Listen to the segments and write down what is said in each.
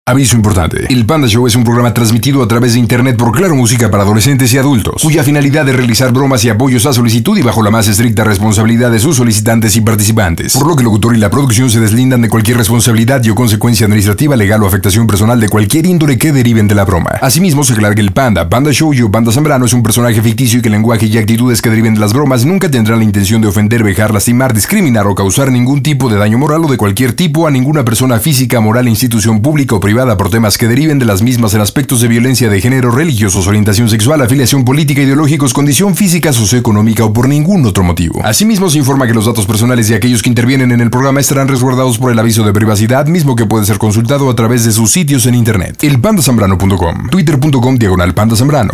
Aviso importante. El Panda Show es un programa transmitido a través de internet por Claro Música para adolescentes y adultos, cuya finalidad es realizar bromas y apoyos a solicitud y bajo la más estricta responsabilidad de sus solicitantes y participantes, por lo que el locutor y la producción se deslindan de cualquier responsabilidad y o consecuencia administrativa, legal o afectación personal de cualquier índole que deriven de la broma. Asimismo, se aclara que el Panda Show o Panda Zambrano es un personaje ficticio y que el lenguaje y actitudes que deriven de las bromas nunca tendrán la intención de ofender, vejar, lastimar, discriminar o causar ningún tipo de daño moral o de cualquier tipo a ninguna persona física, moral, institución pública o privada por temas que deriven de las mismas en aspectos de violencia de género, religiosos, orientación sexual, afiliación política, ideológicos, condición física, socioeconómica o por ningún otro motivo. Asimismo, se informa que los datos personales de aquellos que intervienen en el programa estarán resguardados por el aviso de privacidad, mismo que puede ser consultado a través de sus sitios en internet. Elpandasambrano.com, twitter.com/pandazambrano,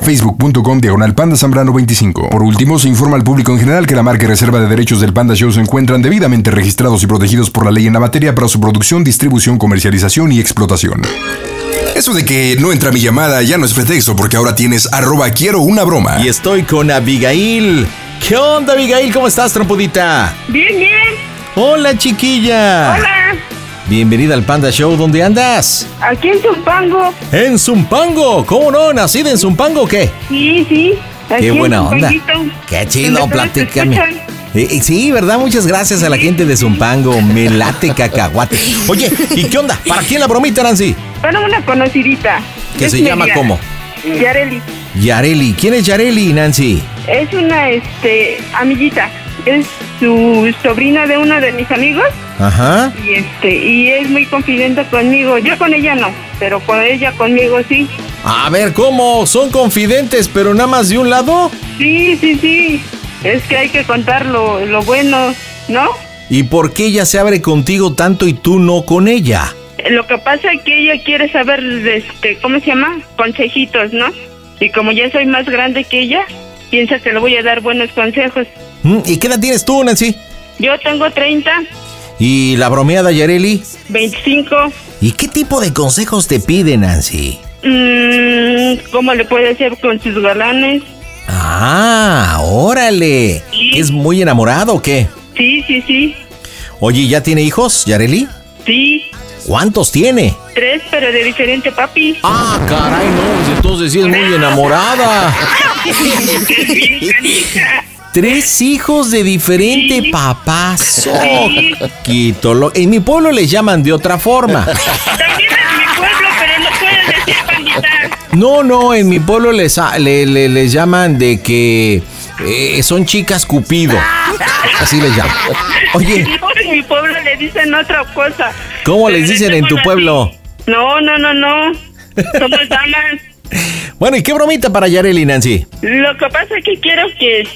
facebook.com/pandazambrano25. Por último, se informa al público en general que la marca y reserva de derechos del Panda Show se encuentran debidamente registrados y protegidos por la ley en la materia para su producción, distribución, comercialización y explotación. Eso de que no entra mi llamada ya no es pretexto, porque ahora tienes @quiero una broma. Y estoy con Abigail. ¿Qué onda, Abigail? ¿Cómo estás, trompudita? Bien, bien. Hola, chiquilla. Hola. Bienvenida al Panda Show. ¿Dónde andas? Aquí en Zumpango. ¿En Zumpango? ¿Cómo no? ¿Nacida en Zumpango o qué? Sí. Aquí Qué buena onda. Zumpanguito. Qué chido, ¿Dónde platícame. te Sí, ¿verdad? Muchas gracias a la gente de Zumpango. Me late cacahuate. Oye, ¿y qué onda? ¿Para quién la bromita, Nancy? Para una conocidita. ¿Que se llama cómo? Yareli. Yareli. ¿Quién es Yareli, Nancy? Es una, amiguita. Es su sobrina de uno de mis amigos. Ajá. Y es muy confidente conmigo. Yo con ella no, pero con ella conmigo sí. A ver, ¿cómo? ¿Son confidentes, pero nada más de un lado? Sí. Es que hay que contar lo bueno, ¿no? ¿Y por qué ella se abre contigo tanto y tú no con ella? Lo que pasa es que ella quiere saber, ¿cómo se llama? Consejitos, ¿no? Y como ya soy más grande que ella, piensa que le voy a dar buenos consejos. ¿Y qué edad tienes tú, Nancy? Yo tengo 30. ¿Y la bromeada, Yareli? 25. ¿Y qué tipo de consejos te pide, Nancy? ¿Cómo le puede hacer con sus galanes? Ah, órale. Sí. ¿Es muy enamorado o qué? Sí. Oye, ¿ya tiene hijos, Yareli? Sí. ¿Cuántos tiene? 3, pero de diferente papi. Ah, caray, no, pues entonces sí es muy enamorada. 3 hijos de diferente papá. Sí. Quito. En mi pueblo les llaman de otra forma. También es mi pueblo, pero no puedes decir pandita. No, en mi pueblo les llaman de que son chicas Cupido. Así les llaman. Oye, No, en mi pueblo le dicen otra cosa. ¿cómo les dicen en tu pueblo? No. Somos damas. Bueno, ¿y qué bromita para Yareli, Nancy? Lo que pasa es que quiero que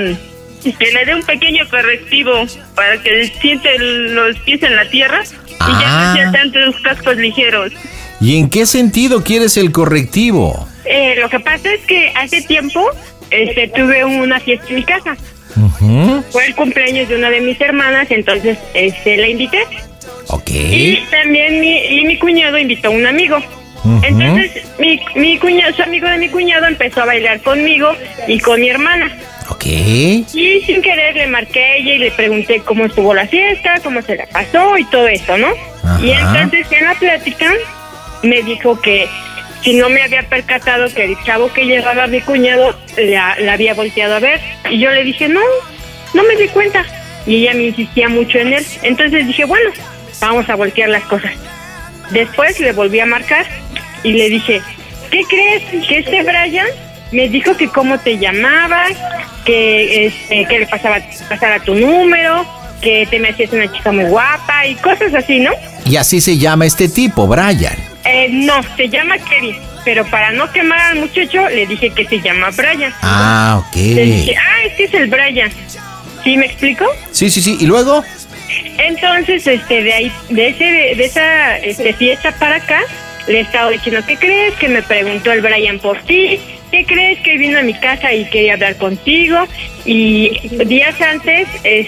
le dé un pequeño correctivo para que siente los pies en la tierra y ya no sea tantos cascos ligeros. ¿Y en qué sentido quieres el correctivo? Lo que pasa es que hace tiempo tuve una fiesta en mi casa. Uh-huh. Fue el cumpleaños de una de mis hermanas, entonces la invité. Ok. Y también mi cuñado invitó a un amigo. Uh-huh. Entonces mi cuñado, su amigo de mi cuñado empezó a bailar conmigo y con mi hermana. Ok. Y sin querer le marqué a ella y le pregunté cómo estuvo la fiesta, cómo se la pasó y todo eso, ¿no? Ajá. Y entonces en la plática me dijo que si no me había percatado que el chavo que llevaba a mi cuñado la había volteado a ver. Y yo le dije, no me di cuenta. Y ella me insistía mucho en él. Entonces dije, bueno, vamos a voltear las cosas. Después le volví a marcar y le dije, ¿qué crees? Que Brian me dijo que cómo te llamabas, que le pasara tu número, que te me hacías una chica muy guapa y cosas así, ¿no? Y así se llama este tipo, Brian. No, se llama Kevin, pero para no quemar al muchacho le dije que se llama Brian. Ah, ok. Le dije, es que es el Brian. ¿Sí me explico? Sí. ¿Y luego? Entonces, de esa fiesta para acá, le he estado diciendo, ¿qué crees? Que me preguntó el Brian por ti. ¿Qué crees? Que vino a mi casa y quería hablar contigo. Y días antes,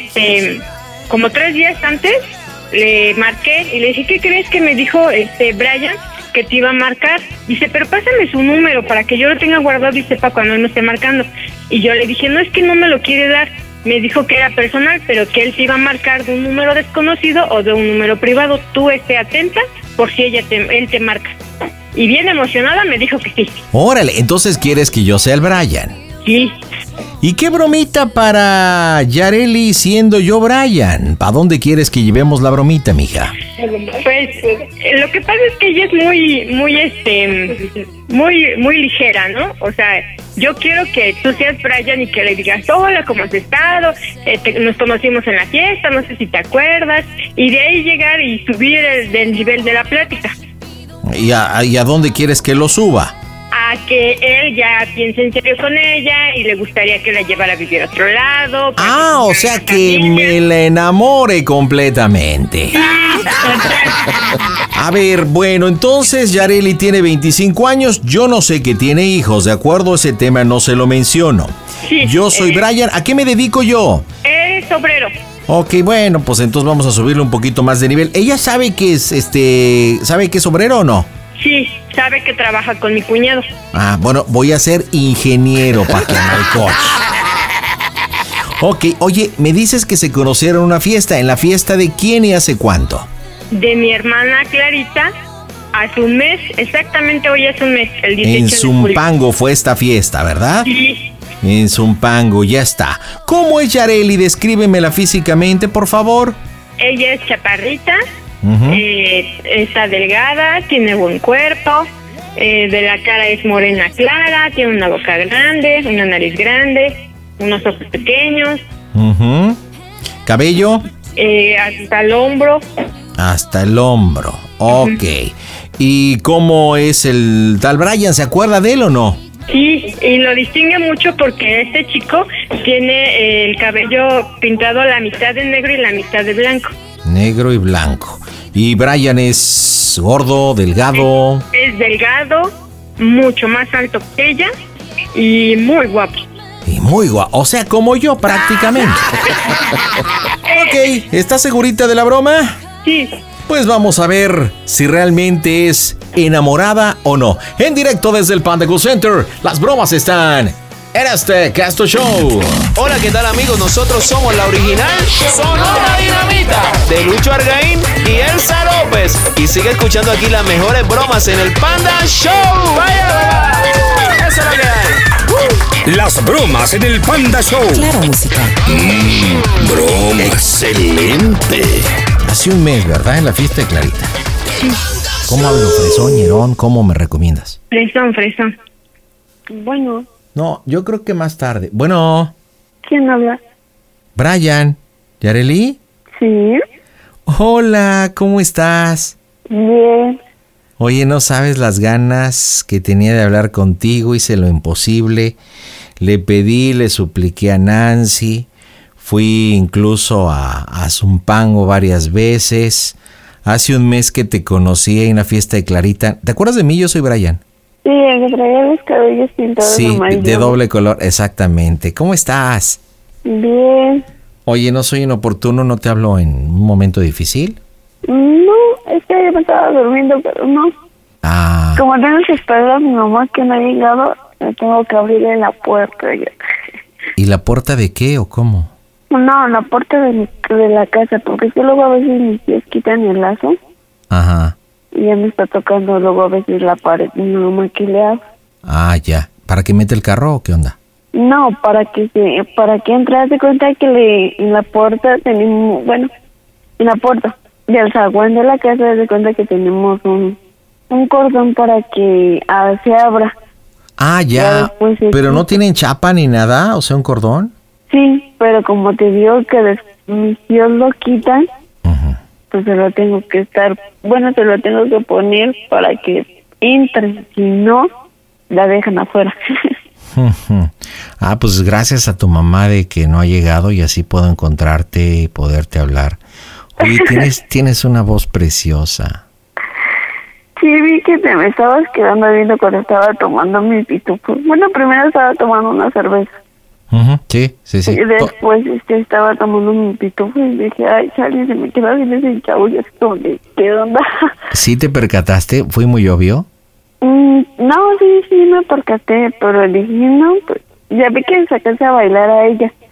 como 3 días antes, le marqué y le dije, ¿qué crees? Que me dijo Brian que te iba a marcar. Dice, pero pásame su número para que yo lo tenga guardado y sepa cuando él me esté marcando. Y yo le dije, no, es que no me lo quiere dar. me dijo que era personal, pero que él te iba a marcar de un número desconocido o de un número privado. Tú esté atenta por si él te marca. Y bien emocionada me dijo que sí. Órale, entonces quieres que yo sea el Brian. Sí. ¿Y qué bromita para Yareli siendo yo Brian? ¿Para dónde quieres que llevemos la bromita, mija? Pues lo que pasa es que ella es muy ligera, ¿no? O sea, yo quiero que tú seas Brian y que le digas, hola, ¿cómo has estado? Nos conocimos en la fiesta, no sé si te acuerdas. Y de ahí llegar y subir del nivel de la plática. ¿Y a dónde quieres que lo suba? A que él ya piense en serio con ella y le gustaría que la llevara a vivir a otro lado. O sea que me la enamore completamente. A ver, bueno, entonces Yareli tiene 25 años, yo no sé que tiene hijos, ¿de acuerdo? Ese tema no se lo menciono. Sí, yo soy Brian, ¿a qué me dedico yo? Eres obrero. Ok, bueno, pues entonces vamos a subirle un poquito más de nivel. ¿Ella sabe que sabe que es obrero o no? Sí, sabe que trabaja con mi cuñado. Bueno, voy a ser ingeniero para que no hay coche. Ok, oye, me dices que se conocieron en una fiesta. ¿En la fiesta de quién y hace cuánto? De mi hermana Clarita, hace un mes, exactamente hoy hace un mes, el 18 en de julio. Zumpango fue esta fiesta, ¿verdad? Sí. En Zumpango, ya está. ¿Cómo es Yareli? Descríbemela físicamente, por favor. Ella es chaparrita, está delgada, tiene buen cuerpo, de la cara es morena clara, tiene una boca grande, una nariz grande, unos ojos pequeños. ¿Cabello? Hasta el hombro. Hasta el hombro, ok. ¿Y cómo es el tal Brian? ¿Se acuerda de él o no? Sí, y lo distingue mucho porque este chico tiene el cabello pintado a la mitad de negro y la mitad de blanco. Negro y blanco. ¿Y Brian es gordo, delgado? Es delgado, mucho más alto que ella y muy guapo. Y muy guapo, o sea, como yo prácticamente. Ok, ¿estás segurita de la broma? Sí. Pues vamos a ver si realmente es enamorada o no. En directo desde el Panda Cool Center, las bromas están en este Casto Show. Hola, ¿qué tal, amigos? Nosotros somos la original Sonora Dinamita de Lucho Argaín y Elsa López. Y sigue escuchando aquí las mejores bromas en el Panda Show. ¡Vaya! Eso es lo que hay. Las bromas en el Panda Show. Claro, música. Broma excelente. Hace un mes, ¿verdad? En la fiesta de Clarita. ¿Cómo hablo? ¿Fresón, ñerón? ¿Cómo me recomiendas? Fresón. Bueno. No, yo creo que más tarde. Bueno. ¿Quién habla? Brian. ¿Yareli? Sí. Hola, ¿cómo estás? Bien. Oye, no sabes las ganas que tenía de hablar contigo, hice lo imposible. Le pedí, le supliqué a Nancy. Fui incluso a Zumpango varias veces. Hace un mes que te conocí en la fiesta de Clarita. ¿Te acuerdas de mí? Yo soy Brian. Sí, el que traía los cabellos pintados. Sí, de doble color, exactamente. ¿Cómo estás? Bien. Oye, ¿no soy inoportuno? ¿No te hablo en un momento difícil? No, es que yo me estaba durmiendo, pero no. Como tengo que esperar a mi mamá que no ha llegado, tengo que abrirle la puerta. ¿Y la puerta de qué o cómo? No, la puerta de la casa, porque es que luego a veces mis pies quitan el lazo. Ajá. Y ya me está tocando luego a veces la pared, mi mamá que le hago. Ya. ¿Para que mete el carro o qué onda? No, para que entre, haz de cuenta que en la puerta tenemos, en la puerta del zaguán de la casa, haz de cuenta que tenemos un cordón para que se abra. Ya. ¿Pero no tienen chapa ni nada? O sea, un cordón. Sí, pero como te digo que mis tíos lo quitan, pues se lo tengo que poner para que entre, si no, la dejan afuera. Pues gracias a tu mamá de que no ha llegado y así puedo encontrarte y poderte hablar. Oye, tienes una voz preciosa. Sí, vi que te me estabas quedando viendo cuando estaba tomando mi pitufo. Bueno, primero estaba tomando una cerveza. Sí. Y después estaba tomando mi pitufo y dije, ay, Charlie, se me queda bien ese chavo. Y es como de, ¿qué onda? ¿Sí te percataste? ¿Fue muy obvio? No, sí me percaté, pero dije, no, pues ya vi que sacarse a bailar a ella.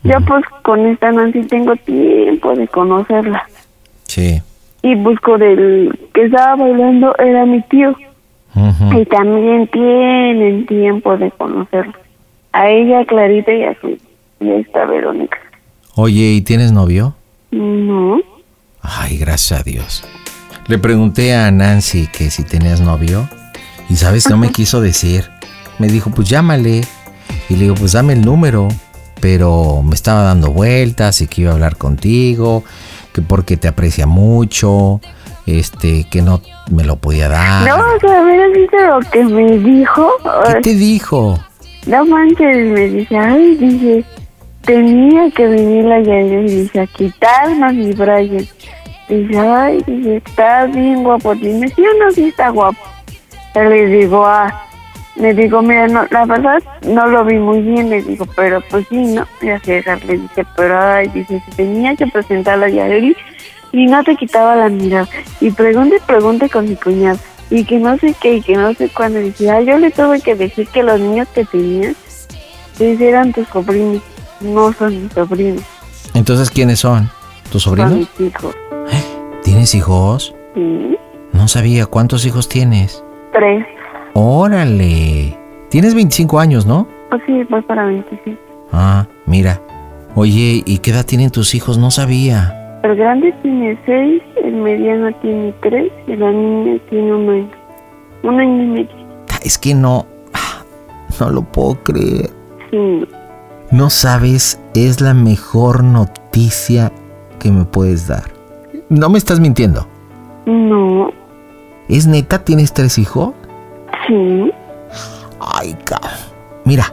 Yo pues con esta Nancy tengo tiempo de conocerla. Sí. Y pues con el que estaba bailando era mi tío. Ujú. Y también tienen tiempo de conocerla. A ella, Clarita, y a esta Verónica. Oye, ¿y tienes novio? No. Ay, gracias a Dios. Le pregunté a Nancy que si tenías novio y ¿sabes? No me quiso decir. Me dijo, pues llámale. Y le digo, pues dame el número. Pero me estaba dando vueltas y que iba a hablar contigo, que porque te aprecia mucho, que no me lo podía dar. No, o sea, ¿hubieras visto lo que me dijo? ¿Qué te dijo? No manches, me dice, ay, dice, tenía que venir la Yael, dice, a quitarnos mi Brian. Dice, ay, dice, está bien guapo. Dime, ¿sí o no? Sí está guapo. Le digo, le digo, mira, no, la verdad no lo vi muy bien, le digo, pero pues sí, ¿no? Y así le dije, pero ay, dice, si tenía que presentar a Yael y no te quitaba la mirada. Y pregunte con mi cuñado. Y que no sé qué, y que no sé cuándo. Dice, yo le tuve que decir que los niños que tenías, dice, eran tus sobrinos, no son mis sobrinos. Entonces, ¿quiénes son? ¿Tus sobrinos? Son mis hijos. ¿Tienes hijos? Sí. No sabía. ¿Cuántos hijos tienes? 3. ¡Órale! Tienes 25 años, ¿no? Pues sí, voy para 25. Ah, mira. Oye, ¿y qué edad tienen tus hijos? No sabía. El grande tiene 6, el mediano tiene 3 y la niña tiene 1 año. 1 año y medio. Es que no lo puedo creer. Sí. No sabes, es la mejor noticia que me puedes dar. No me estás mintiendo. No. ¿Es neta? ¿Tienes 3 hijos? Sí. Ay, cabrón. Mira.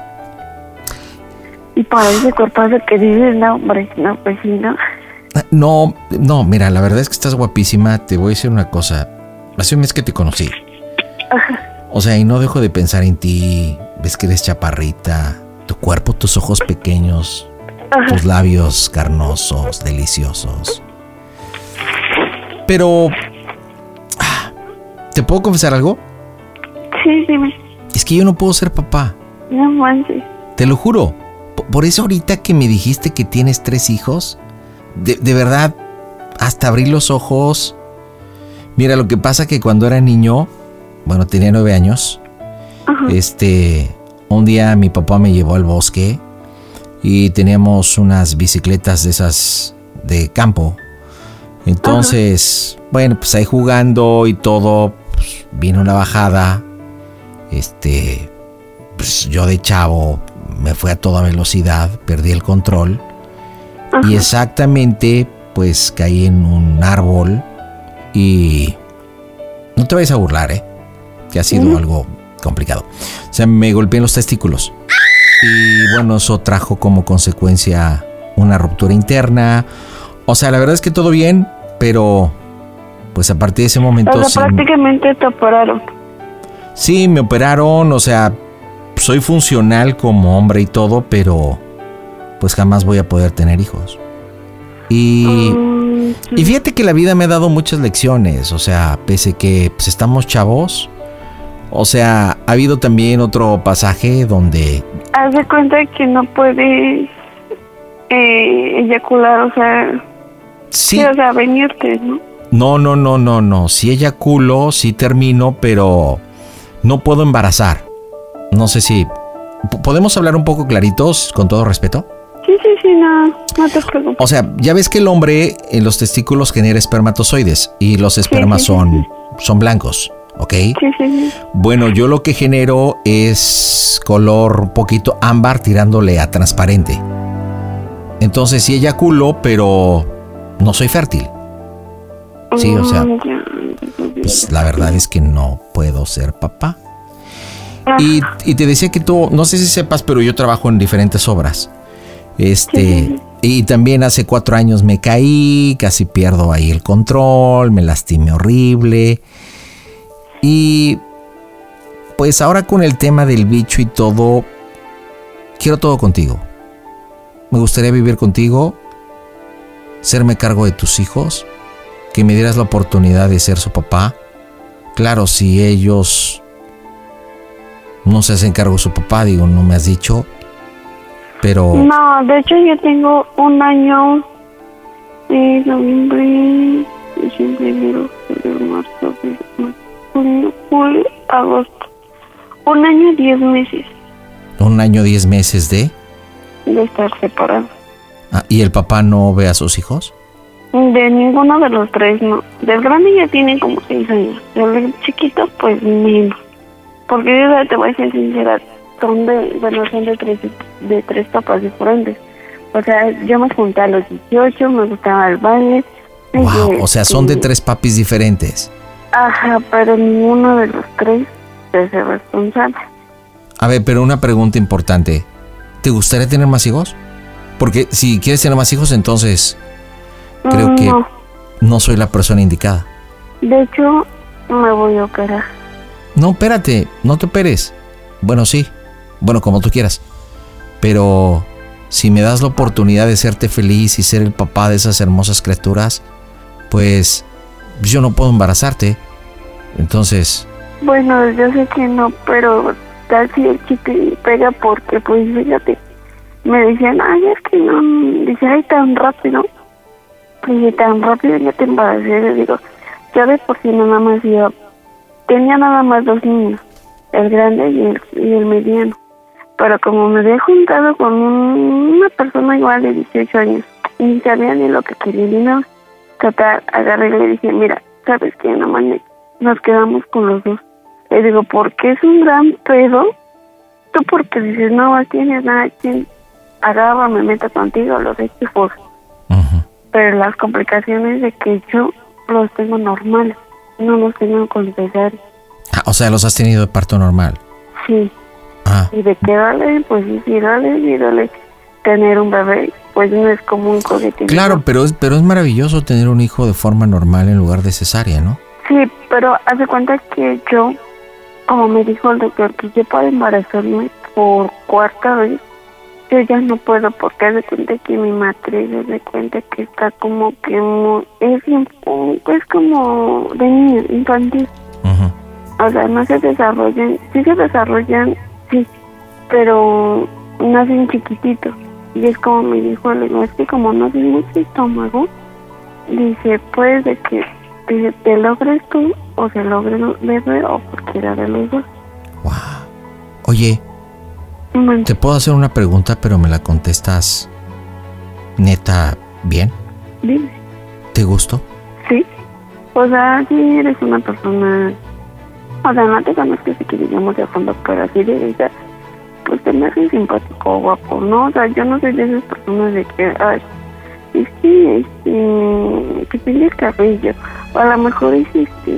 Y para ese cuerpazo que dices, no, hombre, no, pues sí, no. No, mira, la verdad es que estás guapísima. Te voy a decir una cosa. Hace un mes que te conocí. O sea, y no dejo de pensar en ti. Ves que eres chaparrita. Tu cuerpo, tus ojos pequeños. Tus labios carnosos, deliciosos. Pero... ¿te puedo confesar algo? Sí, dime. Es que yo no puedo ser papá. No manches. Te lo juro. Por eso ahorita que me dijiste que tienes 3 hijos, de verdad, hasta abrí los ojos. Mira, lo que pasa que cuando era niño, bueno, tenía 9 años, un día mi papá me llevó al bosque y teníamos unas bicicletas de esas de campo. Entonces, bueno, pues ahí jugando y todo, pues, vino una bajada. Pues yo de chavo me fui a toda velocidad, perdí el control. Y exactamente, pues caí en un árbol y no te vayas a burlar, que ha sido algo complicado. O sea, me golpeé en los testículos. Y bueno, eso trajo como consecuencia una ruptura interna. O sea, la verdad es que todo bien, pero pues a partir de ese momento... O sea, prácticamente te operaron. Sí, me operaron, o sea, soy funcional como hombre y todo, pero pues jamás voy a poder tener hijos. Y fíjate que la vida me ha dado muchas lecciones, o sea, pese que pues, estamos chavos, o sea, ha habido también otro pasaje donde... Haz de cuenta que no puedes eyacular, o sea... Sí, o sea, venirte, ¿no? No, sí eyaculo, sí termino, pero no puedo embarazar. No sé si... ¿podemos hablar un poco claritos, con todo respeto? Sí, no te preocupes. O sea, ya ves que el hombre en los testículos genera espermatozoides y los espermas son blancos, ¿ok? Sí. Bueno, yo lo que genero es color un poquito ámbar tirándole a transparente. Entonces sí eyaculo, pero no soy fértil. Sí, o sea, pues la verdad es que no puedo ser papá. Y te decía que tú, no sé si sepas, pero yo trabajo en diferentes obras. Y también hace 4 años me caí, casi pierdo ahí el control, me lastimé horrible. Y pues ahora con el tema del bicho y todo, quiero todo contigo. Me gustaría vivir contigo, hacerme cargo de tus hijos, que me dieras la oportunidad de ser su papá. Claro, si ellos no se hacen cargo de su papá, digo, no me has dicho, pero... No, de hecho yo tengo un año, noviembre, diciembre, enero, febrero, marzo, junio, julio, agosto. Un año, 10 meses. Un año, 10 meses de estar separados. ¿Y el papá no ve a sus hijos? De ninguno de los tres, no. Del grande ya tiene como 6 años. Del chiquito, pues menos. Porque yo te voy a ser sincera, son de tres papás diferentes. O sea, yo me junté a los 18, me gustaba el baile. Wow, o sea, son de 3 papis diferentes. Ajá, pero ninguno de los 3 es el responsable. A ver, pero una pregunta importante. ¿Te gustaría tener más hijos? Porque si quieres tener más hijos, entonces creo que no soy la persona indicada. De hecho, me voy a operar. No, espérate, no te operes. Bueno, sí, bueno, como tú quieras. Pero si me das la oportunidad de serte feliz y ser el papá de esas hermosas criaturas, pues yo no puedo embarazarte. Entonces... Bueno, yo sé que no, pero casi el chicle pega porque, pues, fíjate, me decían, ay, es que no, dice, ay, tan rápido. Dije, tan rápido ya te embaracé. Le digo, ya de por sí nada más yo tenía nada más 2 niños, el grande y el mediano. Pero como me había juntado con una persona igual de 18 años, ni sabía ni lo que quería ni nada. Total, agarré y le dije, mira, ¿sabes qué? Nada más nos quedamos con los 2. Le digo, porque es un gran pedo. Tú porque dices, no tienes nada, quien agarra, me meto contigo, los echo fuera. Pero las complicaciones de que yo los tengo normales, no los tengo con cesárea. O sea, los has tenido de parto normal. Sí. Y de que pues sí, dale, tener un bebé, pues no es como un cohete. Claro, pero es maravilloso tener un hijo de forma normal en lugar de cesárea, ¿no? Sí, pero hace cuenta que yo, como me dijo el doctor, que yo puedo embarazarme por 4ª vez, yo ya no puedo, porque hace cuenta que mi matriz, hace cuenta que está como que es como de niño, infantil. O sea, no se desarrollan, sí se desarrollan, sí, pero nacen chiquititos. Y es como me dijo, es que como no tiene mucho estómago, dice, pues de que te logres tú o se logre el bebé o cualquiera de los dos. Wow. Oye, te puedo hacer una pregunta, pero me la contestas neta bien. Dime. ¿Te gustó? Sí. O sea, sí eres una persona, o sea, no te conozco así que digamos de fondo, pero así de ella, pues te me hace simpático, guapo, ¿no? O sea, yo no soy de esas personas de que, ay, es que tiene el cabello, o a lo mejor es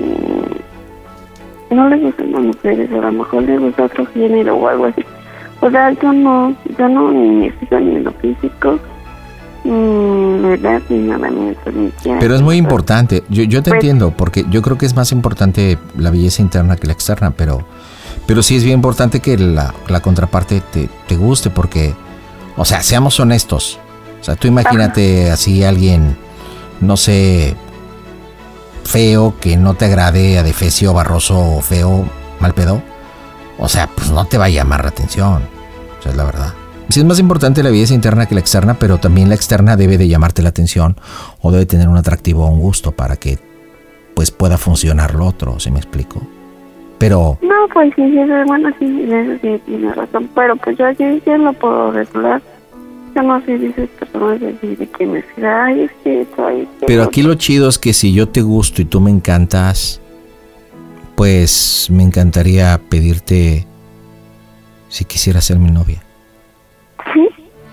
no le gustan las mujeres, o a lo mejor le gusta otro género o algo así. O sea, yo no ni me fijo ni en lo físico, ni edad, ni nada, ni eso, ni quiera. Pero es muy importante, yo te entiendo, porque yo creo que es más importante la belleza interna que la externa, pero sí es bien importante que la contraparte te guste, porque, o sea, seamos honestos. O sea, tú imagínate así alguien, no sé, feo, que no te agrade, adefesio, barroso, feo, mal pedo. O sea, pues no te va a llamar la atención. O sea, es la verdad. Sí es más importante la belleza interna que la externa, pero también la externa debe de llamarte la atención o debe tener un atractivo o un gusto para que pues pueda funcionar lo otro, ¿sí me explico? Pero... No, pues sí, bueno, sí, eso sí tiene razón, pero pues yo ya lo puedo regular. Yo no sé de esas personas de que me diga, ay, es que esto, ay, es que pero aquí lo chido es que si yo te gusto y tú me encantas, pues me encantaría pedirte si quisieras ser mi novia. Sí,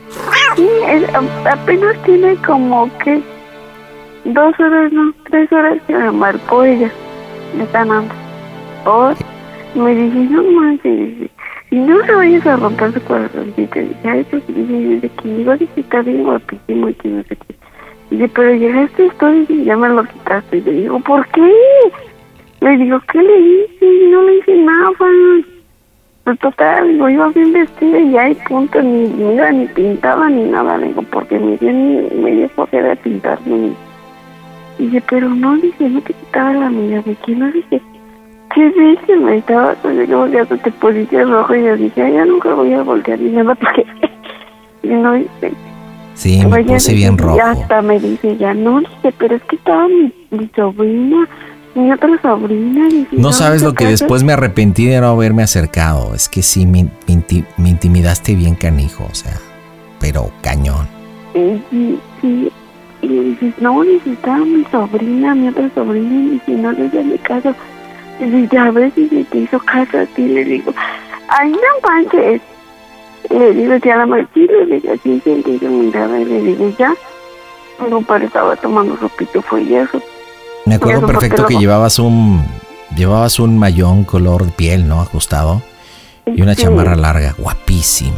apenas tiene como que 2 horas, no, 3 horas que me marcó ella, me están dando. Me dice, no manches, y no se vayas a romper su corazoncito. Y dije, ay, pues dice que digo, que está bien guapísimo y que no sé qué. Y dice, pero llegaste esto y ya me lo quitaste. Y le digo, ¿por qué? Le digo, ¿qué le hice? No le hice nada. Pues total, digo, iba bien vestida y ya, y punto, ni pintaba ni nada. Le digo, porque me dio flojera de pintarme. Y dice, pero no, dice, no te quitaba la mirada. ¿De quién? No, dije, ¿qué dices? Me estaba, cuando yo volteando te pusiste rojo y yo dije, ay, ya nunca voy a voltear ni nada porque Y no dice. Sí, me puse bien rojo. Y hasta me dice, ya no, dice, pero es que estaba mi sobrina, mi otra sobrina. Dice, No sabes lo que después me arrepentí de no haberme acercado. Es que sí, me intimidaste bien canijo, o sea, pero cañón. Sí, y le dices, no, dice, estaba mi sobrina, mi otra sobrina, y dice, no le hice caso. Dice, ya ves, dice, te hizo caso a ti. Le digo, ay, no manches. Le digo, ya la Martí, le digo, sí, sentí mi mirada, y le digo, ya. No, pero estaba tomando sopito, fue y eso. Me acuerdo perfecto que llevabas un mayón color piel, ¿no? Ajustado. Y una chamarra larga, guapísima.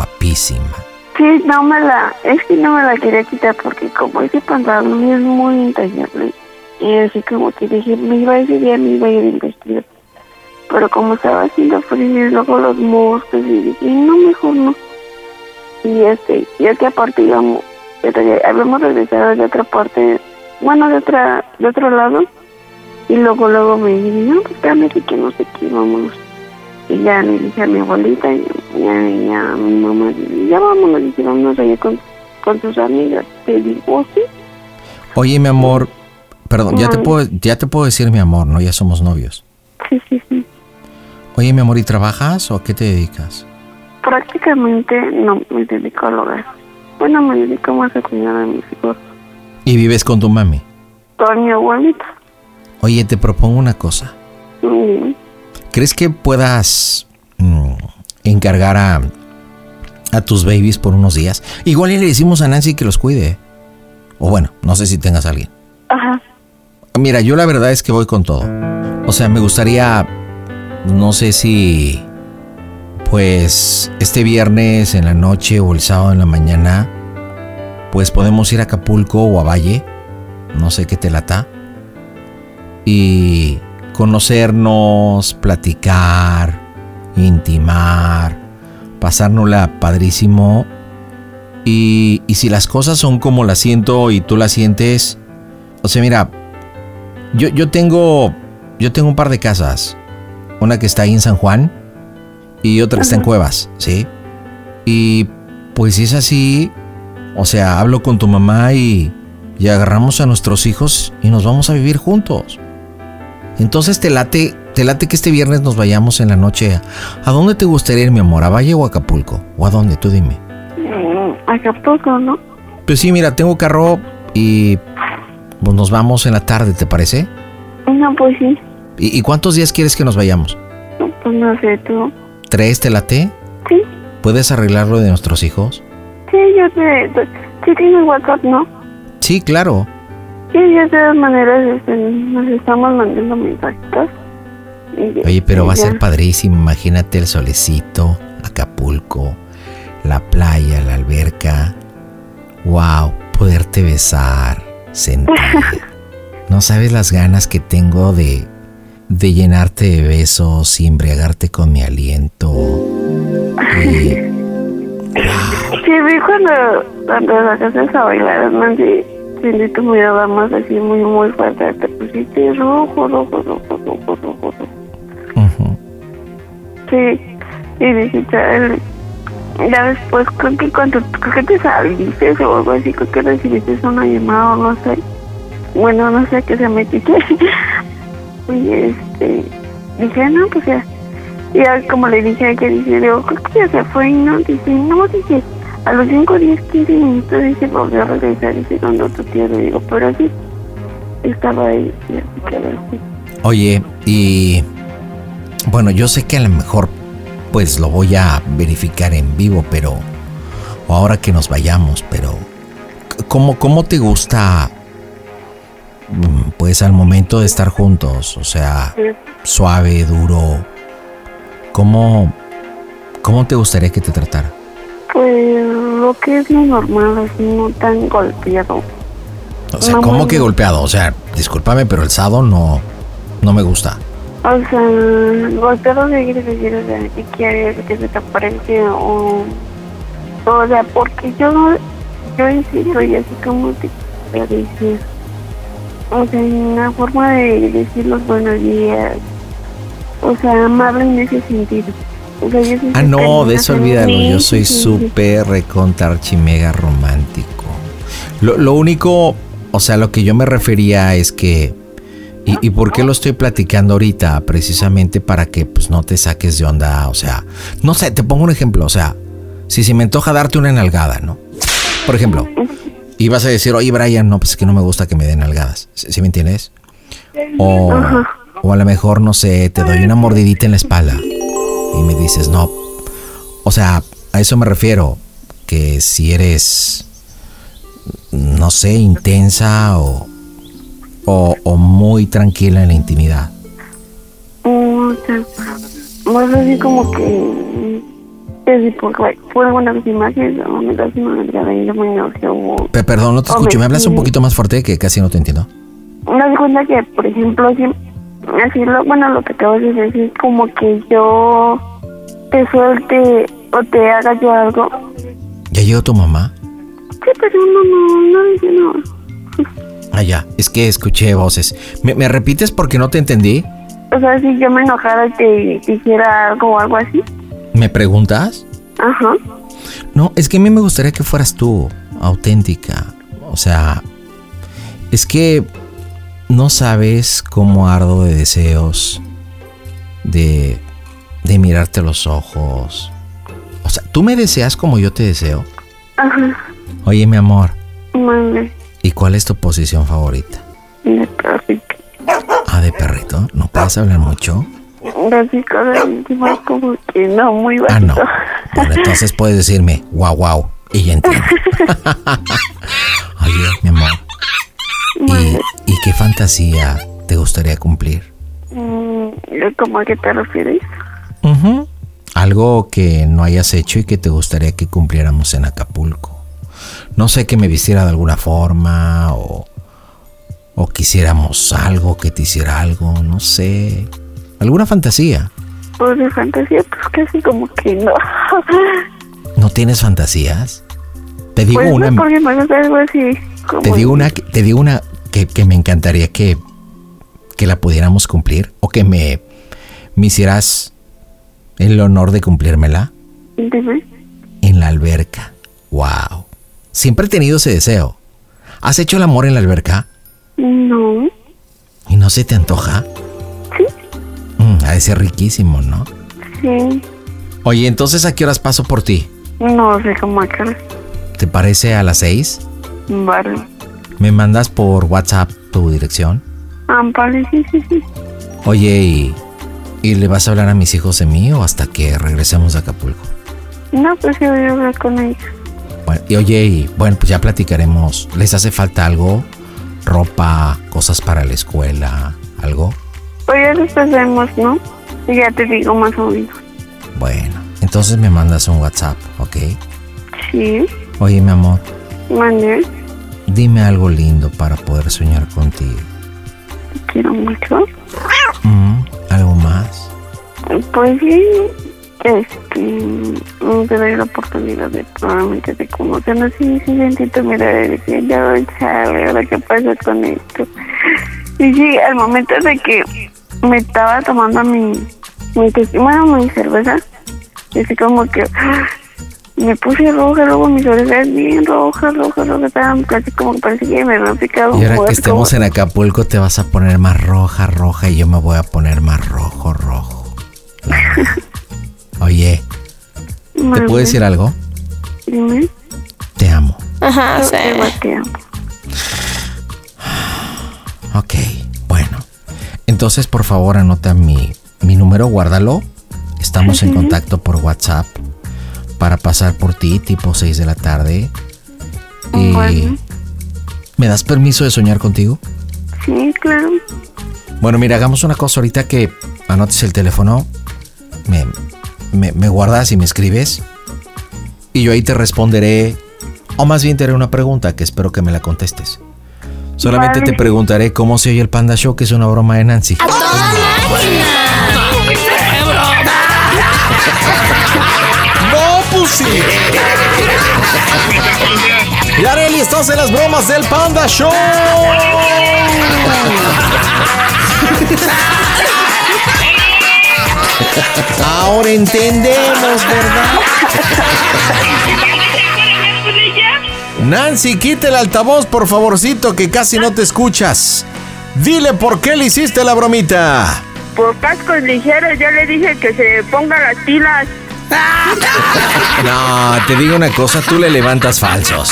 Sí, es que no me la quería quitar porque como ese pantalón es muy intachable. Y así como que dije, ese día me iba a ir en vestido. Pero como estaba haciendo frío y luego los moscos, y dije, no, mejor no. Y ya que aparte habíamos regresado de otra parte, bueno, de otro lado. Y luego me dije, no, pues cámbiate que no sé qué, vámonos. Y ya le dije a mi abuelita y a mi mamá, ya vámonos, dije, vámonos allá con tus amigas. Te digo, sí. Oye, mi amor, perdón, ya te puedo decir mi amor, ¿no? Ya somos novios. Sí. Oye, mi amor, ¿y trabajas o a qué te dedicas? Prácticamente no, me dedico al hogar. Bueno, me dedico más a cuidar a mis hijos. ¿Y vives con tu mami? Con mi abuelita. Oye, te propongo una cosa. ¿Crees que puedas encargar a tus babies por unos días? Igual le decimos a Nancy que los cuide. O bueno, no sé si tengas a alguien. Ajá. Mira, yo la verdad es que voy con todo. O sea, me gustaría, no sé si, pues, este viernes en la noche o el sábado en la mañana, pues podemos ir a Acapulco o a Valle. No sé qué te lata. Y conocernos, platicar, intimar, pasárnosla padrísimo. Y si las cosas son como las siento y tú las sientes, o sea, mira, yo tengo un par de casas, una que está ahí en San Juan y otra que está en Cuevas, ¿sí? Y pues si es así, o sea, hablo con tu mamá y agarramos a nuestros hijos y nos vamos a vivir juntos. Entonces te late que este viernes nos vayamos en la noche. ¿A dónde te gustaría ir, mi amor? ¿A Valle o a Acapulco? ¿O a dónde? Tú dime. Acapulco, ¿no? Pues sí, mira, tengo carro y pues nos vamos en la tarde, ¿te parece? No, pues sí. ¿Y cuántos días quieres que nos vayamos? Pues no sé, tú. 3, ¿te late? Sí. ¿Puedes arreglar lo de nuestros hijos? Sí, sí tienes WhatsApp, ¿no? Sí, claro. Sí, de todas maneras nos estamos mandando mensajitos. Oye, pero va a ser padrísimo. Imagínate el solecito, Acapulco, la playa, la alberca. Wow, poderte besar, sentir. No sabes las ganas que tengo de llenarte de besos y embriagarte con mi aliento. Y... Sí, vi cuando sacaste a bailar, Nancy, sentí tu mirada más así muy, muy fuerte. Te pusiste rojo. Sí, y dije, ya después creo que te saliste o algo así, creo que recibiste una llamada o no sé. Bueno, no sé qué se metiste. Y dije, no, pues ya. Y ya como le dije a ella, digo, creo que ya se fue y no, dice, a los 5, 10, 15 minutos dice, volvió a regresar, dice, donde otro tío, le digo, pero sí, estaba ahí, y así quedó así. Oye, y bueno, yo sé que a lo mejor pues lo voy a verificar en vivo, pero o ahora que nos vayamos, pero ¿cómo te gusta pues al momento de estar juntos? O sea, suave, duro. ¿Cómo te gustaría que te tratara? Pues lo que es lo normal, así no tan golpeado. O sea, no, ¿cómo que golpeado? O sea, discúlpame, pero el sado no me gusta. O sea, golpeado de decir, o sea, ¿qué quieres? ¿Que se te aparece? O sea, porque yo en serio, y así como te voy a decir, o sea, una forma de decir los buenos días, o sea, amable en ese sentido. O sea, yo sí Ah, no, termino de eso con olvídalo. él, Yo soy sí. súper recontra archimega romántico. Lo único, o sea, lo que yo me refería es que... ¿Y por qué lo estoy platicando ahorita? Precisamente para que pues no te saques de onda. O sea, no sé, te pongo un ejemplo. O sea, si me antoja darte una nalgada, ¿no? Por ejemplo, y vas a decir, oye, Brian, no, pues es que no me gusta que me den nalgadas. ¿Sí me entiendes? O a lo mejor, no sé, te doy una mordidita en la espalda y me dices, no. O sea, a eso me refiero. Que si eres, no sé, intensa o muy tranquila en la intimidad. O sea, más así como que sí, por algunas imágenes o me das una nalgada y yo me enojo. Perdón, no te escucho. ¿Me hablas un poquito más fuerte que casi no te entiendo? Me das cuenta que, por ejemplo, así lo que acabas de decir, como que yo te suelte o te haga yo algo. ¿Ya llegó tu mamá? Sí, pero no. Ah, ya. Es que escuché voces. ¿Me repites porque no te entendí? O sea, si yo me enojara y te hiciera algo o algo así. ¿Me preguntas? Ajá. No, es que a mí me gustaría que fueras tú, auténtica. O sea, es que no sabes cómo ardo de deseos de mirarte a los ojos. O sea, ¿tú me deseas como yo te deseo? Ajá. Oye, mi amor. Mande. ¿Y cuál es tu posición favorita? De perrito. Ah, de perrito. ¿No puedes hablar mucho? Así cosas íntimas como que no, muy bajito. Ah, no. Bueno, entonces puedes decirme, guau, guau. Y ya entiendo. Oye, mi amor. ¿Y qué fantasía te gustaría cumplir? ¿Cómo a qué te refieres? Algo que no hayas hecho y que te gustaría que cumpliéramos en Acapulco. No sé, que me vistiera de alguna forma o quisiéramos algo, que te hiciera algo, no sé. ¿Alguna fantasía? Pues de fantasía, pues casi como que no. ¿No tienes fantasías? Te digo pues una. No, porque me gusta algo así. Te digo una que me encantaría que la pudiéramos cumplir, o que me hicieras el honor de cumplírmela. Dime. En la alberca. Wow. Siempre he tenido ese deseo. ¿Has hecho el amor en la alberca? No. ¿Y no se te antoja? Sí. Ha de ser riquísimo, ¿no? Sí. Oye, entonces, ¿a qué horas paso por ti? No sé cómo acá. ¿Te parece a las 6? Vale. ¿Me mandas por WhatsApp tu dirección? Vale, sí. Oye, ¿y le vas a hablar a mis hijos de mí o hasta que regresemos de Acapulco? No, pues yo voy a hablar con ellos. Bueno, bueno, pues ya platicaremos. ¿Les hace falta algo? ¿Ropa? ¿Cosas para la escuela? ¿Algo? Pues ya después vemos, ¿no? Y ya te digo más o menos. Bueno, entonces me mandas un WhatsApp, ¿ok? Sí. Oye, mi amor. Mande. Dime algo lindo para poder soñar contigo. Te quiero mucho. ¿Algo más? Pues sí. Te doy la oportunidad de probablemente de conocernos y sentí tu mirada y decía, ya chale, ahora qué pasa con esto. Y sí, al momento de que me estaba tomando mi cerveza, y así como que me puse roja, luego mis orejas bien rojas, estaban casi como que parecía que me habían picado. Y ahora que estemos en Acapulco te vas a poner más roja y yo me voy a poner más rojo. Oye, ¿te puedo decir algo? Dime. Te amo. Ajá, sí. Te amo. Ok, bueno. Entonces, por favor, anota mi número, guárdalo. Estamos en contacto por WhatsApp para pasar por ti tipo 6 de la tarde. Y Bueno. ¿me das permiso de soñar contigo? Sí, claro. Bueno, mira, hagamos una cosa ahorita, que anotes el teléfono, me guardas y me escribes, y yo ahí te responderé, o más bien te haré una pregunta que espero que me la contestes. Solamente Vale. te preguntaré cómo se oye el Panda Show, que es una broma de Nancy. ¡A toda máquina! ¡No, pussy! Y Arely, estás en las bromas del Panda Show. Ahora entendemos, ¿verdad? Nancy, quita el altavoz, por favorcito, que casi no te escuchas. Dile por qué le hiciste la bromita. Por cascos ligeros, yo le dije que se ponga las pilas. No, te digo una cosa, tú le levantas falsos.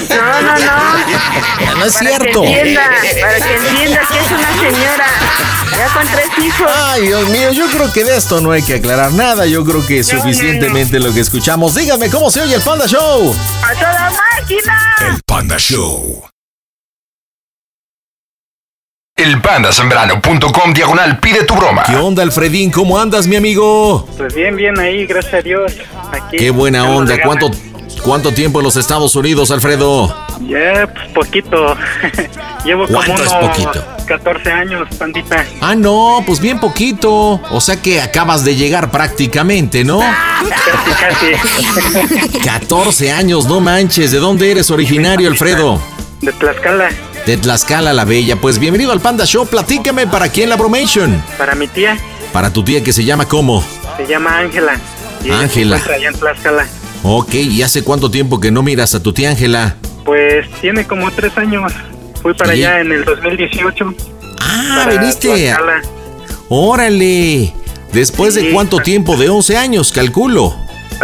No. No es cierto. Para que entienda que es una señora. Ya con 3 hijos. Ay, Dios mío, yo creo que de esto no hay que aclarar nada. Yo creo que es suficientemente lo que escuchamos. Díganme cómo se oye el Panda Show. ¡A toda máquina! El Panda Show. Elpandasembrano.com/, pide tu broma. ¿Qué onda, Alfredín? ¿Cómo andas, mi amigo? Pues bien ahí, gracias a Dios. Aquí, qué buena onda. ¿Cuánto tiempo en los Estados Unidos, Alfredo? Ya, pues poquito. Llevo como ¿Cuánto es unos poquito? 14 años, pandita. Ah, no, pues bien poquito. O sea que acabas de llegar prácticamente, ¿no? Casi. 14 años, no manches. ¿De dónde eres originario, Alfredo? De Tlaxcala. De Tlaxcala, la Bella. Pues bienvenido al Panda Show. Platícame, ¿para quién la bromation? Para mi tía. Para tu tía, que se llama ¿cómo? Se llama Ángela. Ángela. Allá en Tlaxcala. Ok, ¿y hace cuánto tiempo que no miras a tu tía Ángela? Pues tiene como 3 años. Fui para allá en el 2018. Ah, viniste. Órale. ¿Después de cuánto tiempo? De 11 años, calculo.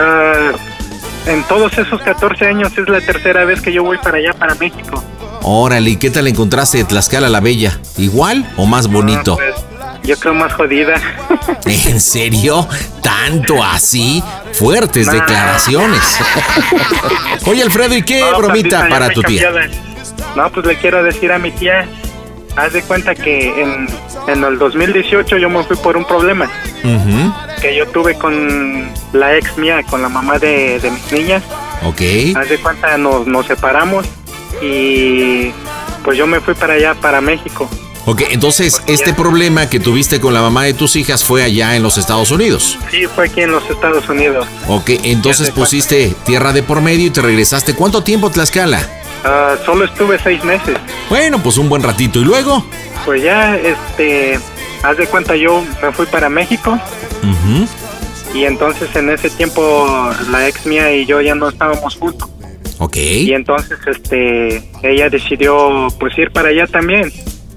En todos esos 14 años es la tercera vez que yo voy para allá, para México. Órale, ¿y qué tal encontraste de Tlaxcala la Bella? ¿Igual o más bonito? Pues, yo creo más jodida. ¿En serio? ¿Tanto así? Fuertes declaraciones. Oye, Alfredo, ¿y qué bromita pandita, para tu tía? No, pues le quiero decir a mi tía, haz de cuenta que en el 2018 yo me fui por un problema que yo tuve con la ex mía, con la mamá de mis niñas. Ok. Haz de cuenta, nos separamos y pues yo me fui para allá, para México. Ok, entonces este problema que tuviste con la mamá de tus hijas fue allá en los Estados Unidos. Sí, fue aquí en los Estados Unidos. Ok, entonces pusiste tierra de por medio y te regresaste. ¿Cuánto tiempo a Tlaxcala? Solo estuve 6 meses. Bueno, pues un buen ratito. ¿Y luego? Pues ya, haz de cuenta, yo me fui para México. Y entonces en ese tiempo la ex mía y yo ya no estábamos juntos. Ok. Y entonces ella decidió pues ir para allá también.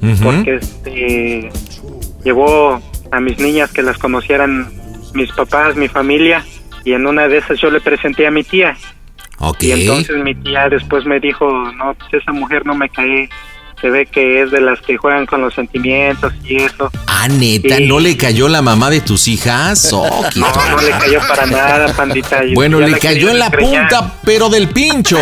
Porque llevó a mis niñas que las conocieran mis papás, mi familia. Y en una de esas yo le presenté a mi tía. Ok. Y entonces mi tía después me dijo, no, pues esa mujer no me cae. Se ve que es de las que juegan con los sentimientos y eso. Ah, ¿neta? ¿No le cayó la mamá de tus hijas? Oh, no le cayó para nada, pandita. Bueno, le cayó en la punta, pero del pincho.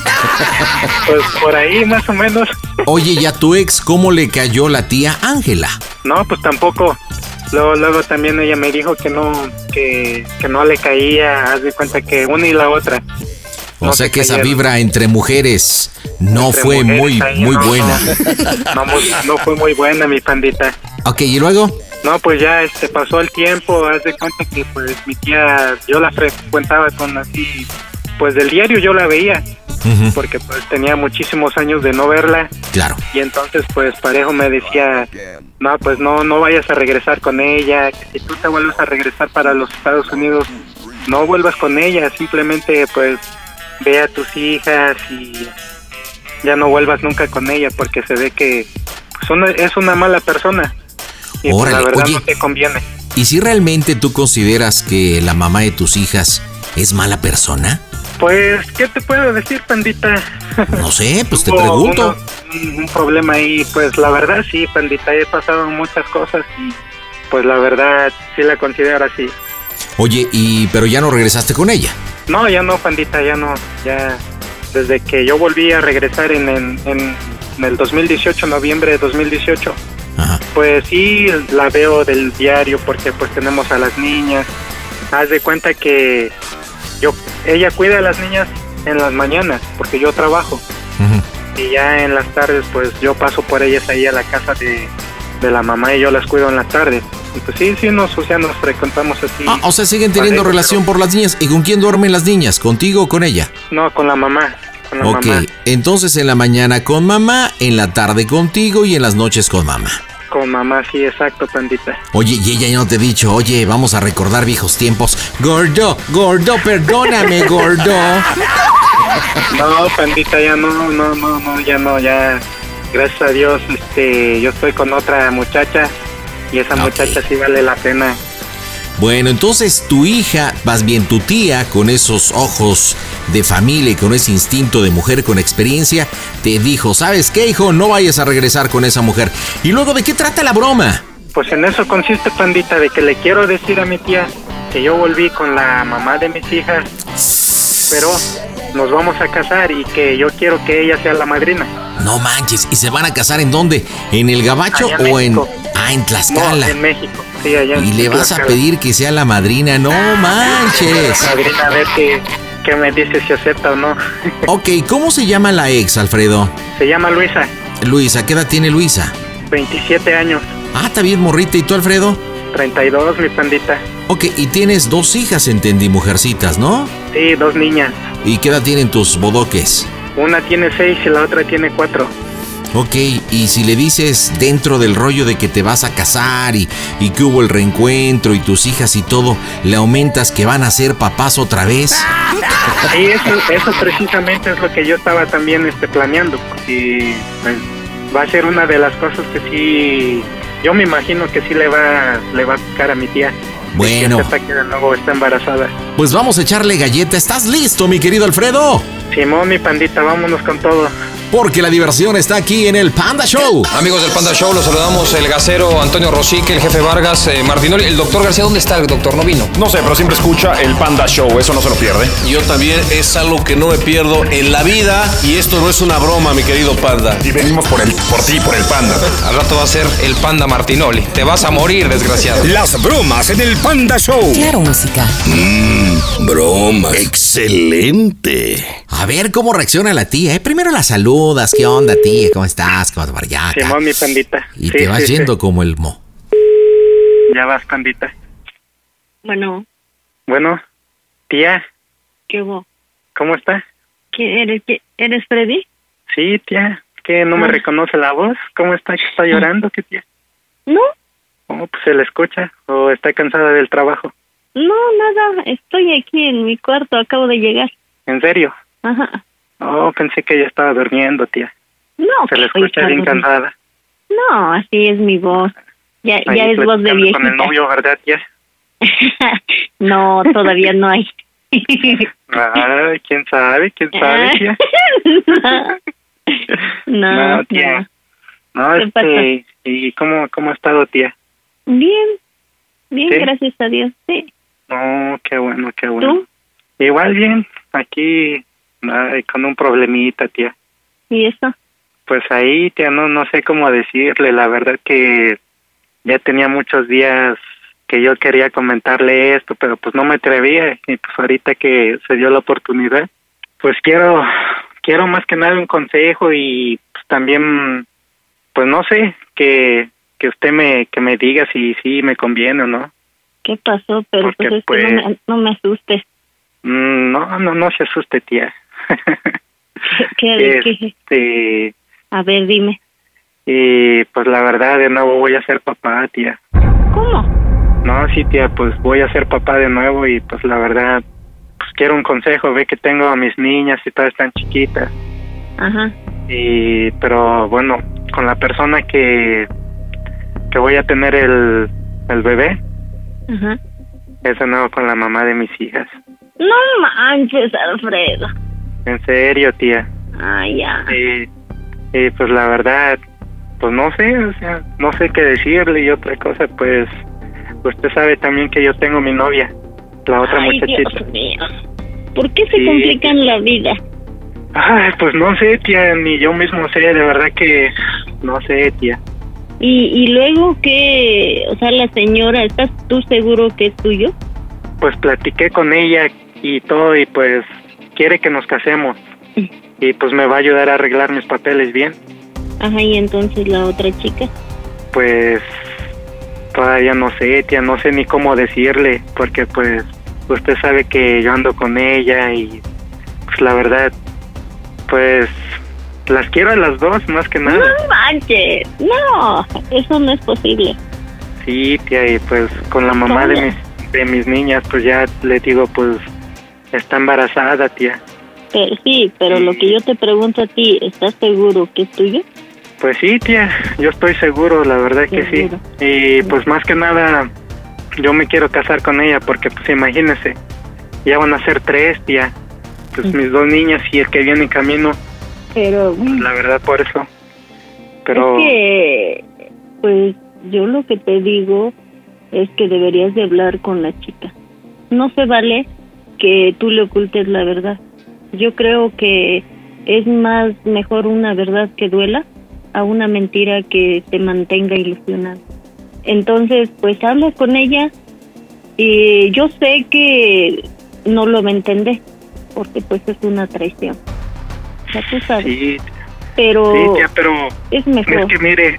Pues por ahí, más o menos. Oye, ¿y a tu ex cómo le cayó la tía Ángela? No, pues tampoco. Luego también ella me dijo que no le caía. Haz de cuenta que una y la otra. O sea que esa vibra entre mujeres no fue muy buena. No fue muy buena, mi pandita. Ok, ¿y luego? No, pues ya pasó el tiempo. Haz de cuenta que pues mi tía, yo la frecuentaba con así, pues del diario yo la veía. Porque pues tenía muchísimos años de no verla. Claro. Y entonces pues Parejo me decía, no, pues no vayas a regresar con ella, que si tú te vuelves a regresar para los Estados Unidos, no vuelvas con ella, simplemente pues ve a tus hijas y ya no vuelvas nunca con ella, porque se ve que pues, es una mala persona y pues, la verdad no te conviene. ¿Y si realmente tú consideras que la mamá de tus hijas es mala persona? Pues, ¿qué te puedo decir, pandita? No sé, pues te pregunto. Un problema ahí, pues la verdad sí, pandita, he pasado muchas cosas y pues la verdad sí la considero así. Oye, pero ya no regresaste con ella. No, ya no, pandita, ya no, ya desde que yo volví a regresar en el 2018, noviembre de 2018, pues sí la veo del diario porque pues tenemos a las niñas. Haz de cuenta que ella cuida a las niñas en las mañanas porque yo trabajo. Y ya en las tardes pues yo paso por ellas ahí a la casa de la mamá y yo las cuido en las tardes. Y pues sí, nos frecuentamos así. Ah, o sea, siguen teniendo relación por las niñas. ¿Y con quién duermen las niñas? ¿Contigo o con ella? No, con la mamá. Ok, entonces en la mañana con mamá, en la tarde contigo y en las noches con mamá. Con mamá, sí, exacto, pandita. Oye, y ella ya no te ha dicho, oye, vamos a recordar viejos tiempos. Gordo, perdóname, gordo. No, pandita, ya no, ya. Gracias a Dios, yo estoy con otra muchacha y esa muchacha sí vale la pena. Bueno, entonces tu hija, más bien tu tía, con esos ojos de familia y con ese instinto de mujer con experiencia, te dijo, ¿sabes qué, hijo? No vayas a regresar con esa mujer. ¿Y luego de qué trata la broma? Pues en eso consiste, pandita, de que le quiero decir a mi tía que yo volví con la mamá de mis hijas, pero nos vamos a casar y que yo quiero que ella sea la madrina. No manches, ¿y se van a casar en dónde? ¿En el Gabacho allá o en...? México. En Tlaxcala. No, en México, sí, allá en ¿Y le vas Tlaxcala. a pedir que sea la madrina? ¡No manches! Madrina, a ver qué me dice, si acepta o no. Ok, ¿cómo se llama la ex, Alfredo? Se llama Luisa, Luisa, ¿qué edad tiene Luisa? 27 años, Ah, está bien morrita. ¿Y tú, Alfredo? 32, mi pandita. Ok, y tienes 2 hijas, entendí, mujercitas, ¿no? Sí, 2 niñas. ¿Y qué edad tienen tus bodoques? Una tiene 6 y la otra tiene 4. Ok, y si le dices dentro del rollo de que te vas a casar y que hubo el reencuentro y tus hijas y todo, ¿le aumentas que van a ser papás otra vez? Sí, eso precisamente es lo que yo estaba también planeando. Y pues, va a ser una de las cosas que sí, yo me imagino que sí le va a tocar a mi tía. Bueno. Que sepa que de nuevo está embarazada. Pues vamos a echarle galleta. ¿Estás listo, mi querido Alfredo? Simón, mi pandita, vámonos con todo. Porque la diversión está aquí en el Panda Show. Amigos del Panda Show, los saludamos el gasero Antonio Rosique, el jefe Vargas, Martinoli. El doctor García, ¿dónde está el doctor? No vino. No sé, pero siempre escucha el Panda Show, eso no se lo pierde. Yo también, es algo que no me pierdo en la vida y esto no es una broma, mi querido Panda. Y venimos por ti, por el Panda. Al rato va a ser el Panda Martinoli. Te vas a morir, desgraciado. Las bromas en el Panda Show. Claro, música. Bromas. Excelente. A ver cómo reacciona la tía. Primero la saludas. ¿Qué onda, tía? ¿Cómo estás? ¿Cómo te va allá? Simón, mi pandita. Y te vas yendo como el mo. Ya vas, pandita. Bueno, Bueno, tía, ¿qué hubo? ¿cómo está? ¿Qué eres Freddy? Sí, tía, ¿qué no me reconoce la voz? ¿Cómo está? ¿Está llorando? ¿Qué, tía? No, Oh, pues se le escucha. ¿O está cansada del trabajo? no, nada. Estoy aquí en mi cuarto. Acabo de llegar. ¿En serio? Ajá. Oh, pensé que ella estaba durmiendo, tía. No, Se le que voy a escucha estar bien durmiendo. cansada. No, así es mi voz. Ya Ahí es voz de platicando viejita. con el novio, ¿verdad, tía? No, todavía no hay. Ay, ¿quién sabe, tía? No, tía. No, ¿Qué pasa? ¿Y cómo ha estado, tía? Bien, ¿Sí? gracias a Dios, sí. No, qué bueno. ¿Tú? Igual bien, aquí con un problemita, tía. ¿Y eso? Pues ahí, tía, no sé cómo decirle. La verdad que ya tenía muchos días que yo quería comentarle esto, pero pues no me atrevía. Y pues ahorita que se dio la oportunidad, pues quiero más que nada un consejo y pues también, pues no sé, que usted que me diga si me conviene o no. ¿Qué pasó? Pero Porque, pues es que no me asustes. No se asuste, tía. ¿Qué? A ver, dime. Y pues la verdad, de nuevo voy a ser papá, tía. ¿Cómo? No, sí, tía, pues voy a ser papá de nuevo y pues la verdad, pues quiero un consejo. Ve que tengo a mis niñas y todas están chiquitas. Ajá. Pero bueno, con la persona que voy a tener el bebé, Ajá. es de nuevo con la mamá de mis hijas. No manches, Alfredo. En serio, tía. Ah, ya. Y pues la verdad, pues no sé, o sea, no sé qué decirle. Y otra cosa, pues usted sabe también que yo tengo mi novia, la otra muchachita. Dios mío. ¿Por qué se complican la vida? Ay, pues no sé, tía, ni yo mismo sé, de verdad que no sé, tía. Y luego que, o sea, la señora, ¿estás tú seguro que es tuyo? Pues platiqué con ella y todo y pues quiere que nos casemos. Y pues me va a ayudar a arreglar mis papeles bien. Ajá, y entonces la otra chica. Pues todavía no sé, tía, no sé ni cómo decirle, porque pues usted sabe que yo ando con ella y pues la verdad, pues las quiero a las dos, más que nada. No manches, no, eso no es posible. Sí, tía, y pues con la mamá de mis niñas, pues ya le digo, pues está embarazada, tía. Pero sí, pero lo que yo te pregunto a ti, ¿estás seguro que es tuyo? Pues sí, tía, yo estoy seguro, la verdad que sí. Y pues más que nada, yo me quiero casar con ella porque, pues imagínese, ya van a ser 3, tía. Pues mis 2 niñas y el que viene en camino. Pero pues, la verdad, por eso. Pero es que, pues yo lo que te digo es que deberías de hablar con la chica. No se vale que tú le ocultes la verdad. Yo creo que es más mejor una verdad que duela a una mentira que te mantenga ilusionado. Entonces, pues habla con ella y yo sé que no lo va a entender porque pues es una traición. Ya tú sabes. Sí, pero, sí, tía, pero es mejor. Es que mire,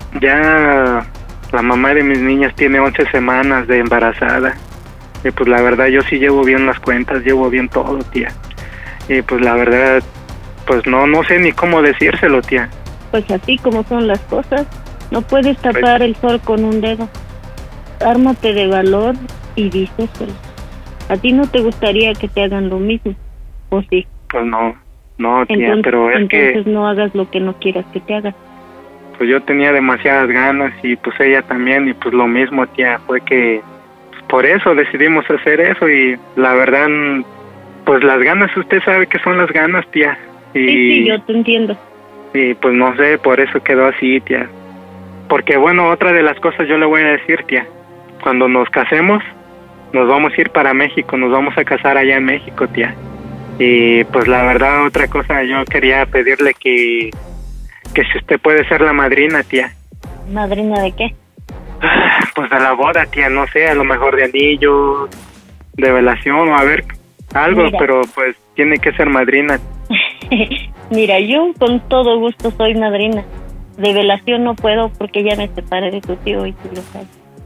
ya la mamá de mis niñas tiene 11 semanas de embarazada. Y pues la verdad yo sí llevo bien las cuentas, llevo bien todo, tía. Y pues la verdad, pues no sé ni cómo decírselo, tía. Pues así como son las cosas, no puedes tapar el sol con un dedo. Ármate de valor y díselo. ¿A ti no te gustaría que te hagan lo mismo? ¿O sí? Pues no, tía, entonces, pero es entonces que no hagas lo que no quieras que te hagan. pues yo tenía demasiadas ganas y pues ella también y pues lo mismo, tía, fue que pues, por eso decidimos hacer eso y la verdad, pues las ganas, usted sabe que son las ganas, tía. Y, sí, yo te entiendo. Y pues no sé, por eso quedó así, tía. Porque bueno, otra de las cosas yo le voy a decir, tía, cuando nos casemos, nos vamos a ir para México, nos vamos a casar allá en México, tía. Y pues la verdad, otra cosa, yo quería pedirle que si usted puede ser la madrina, tía. ¿Madrina de qué? Pues de la boda, tía, no sé, a lo mejor de anillo, de velación o a ver, algo, Mira. pero pues tiene que ser madrina. Mira, yo con todo gusto soy madrina. De velación no puedo porque ya me separé de tu tío y tú lo sabes.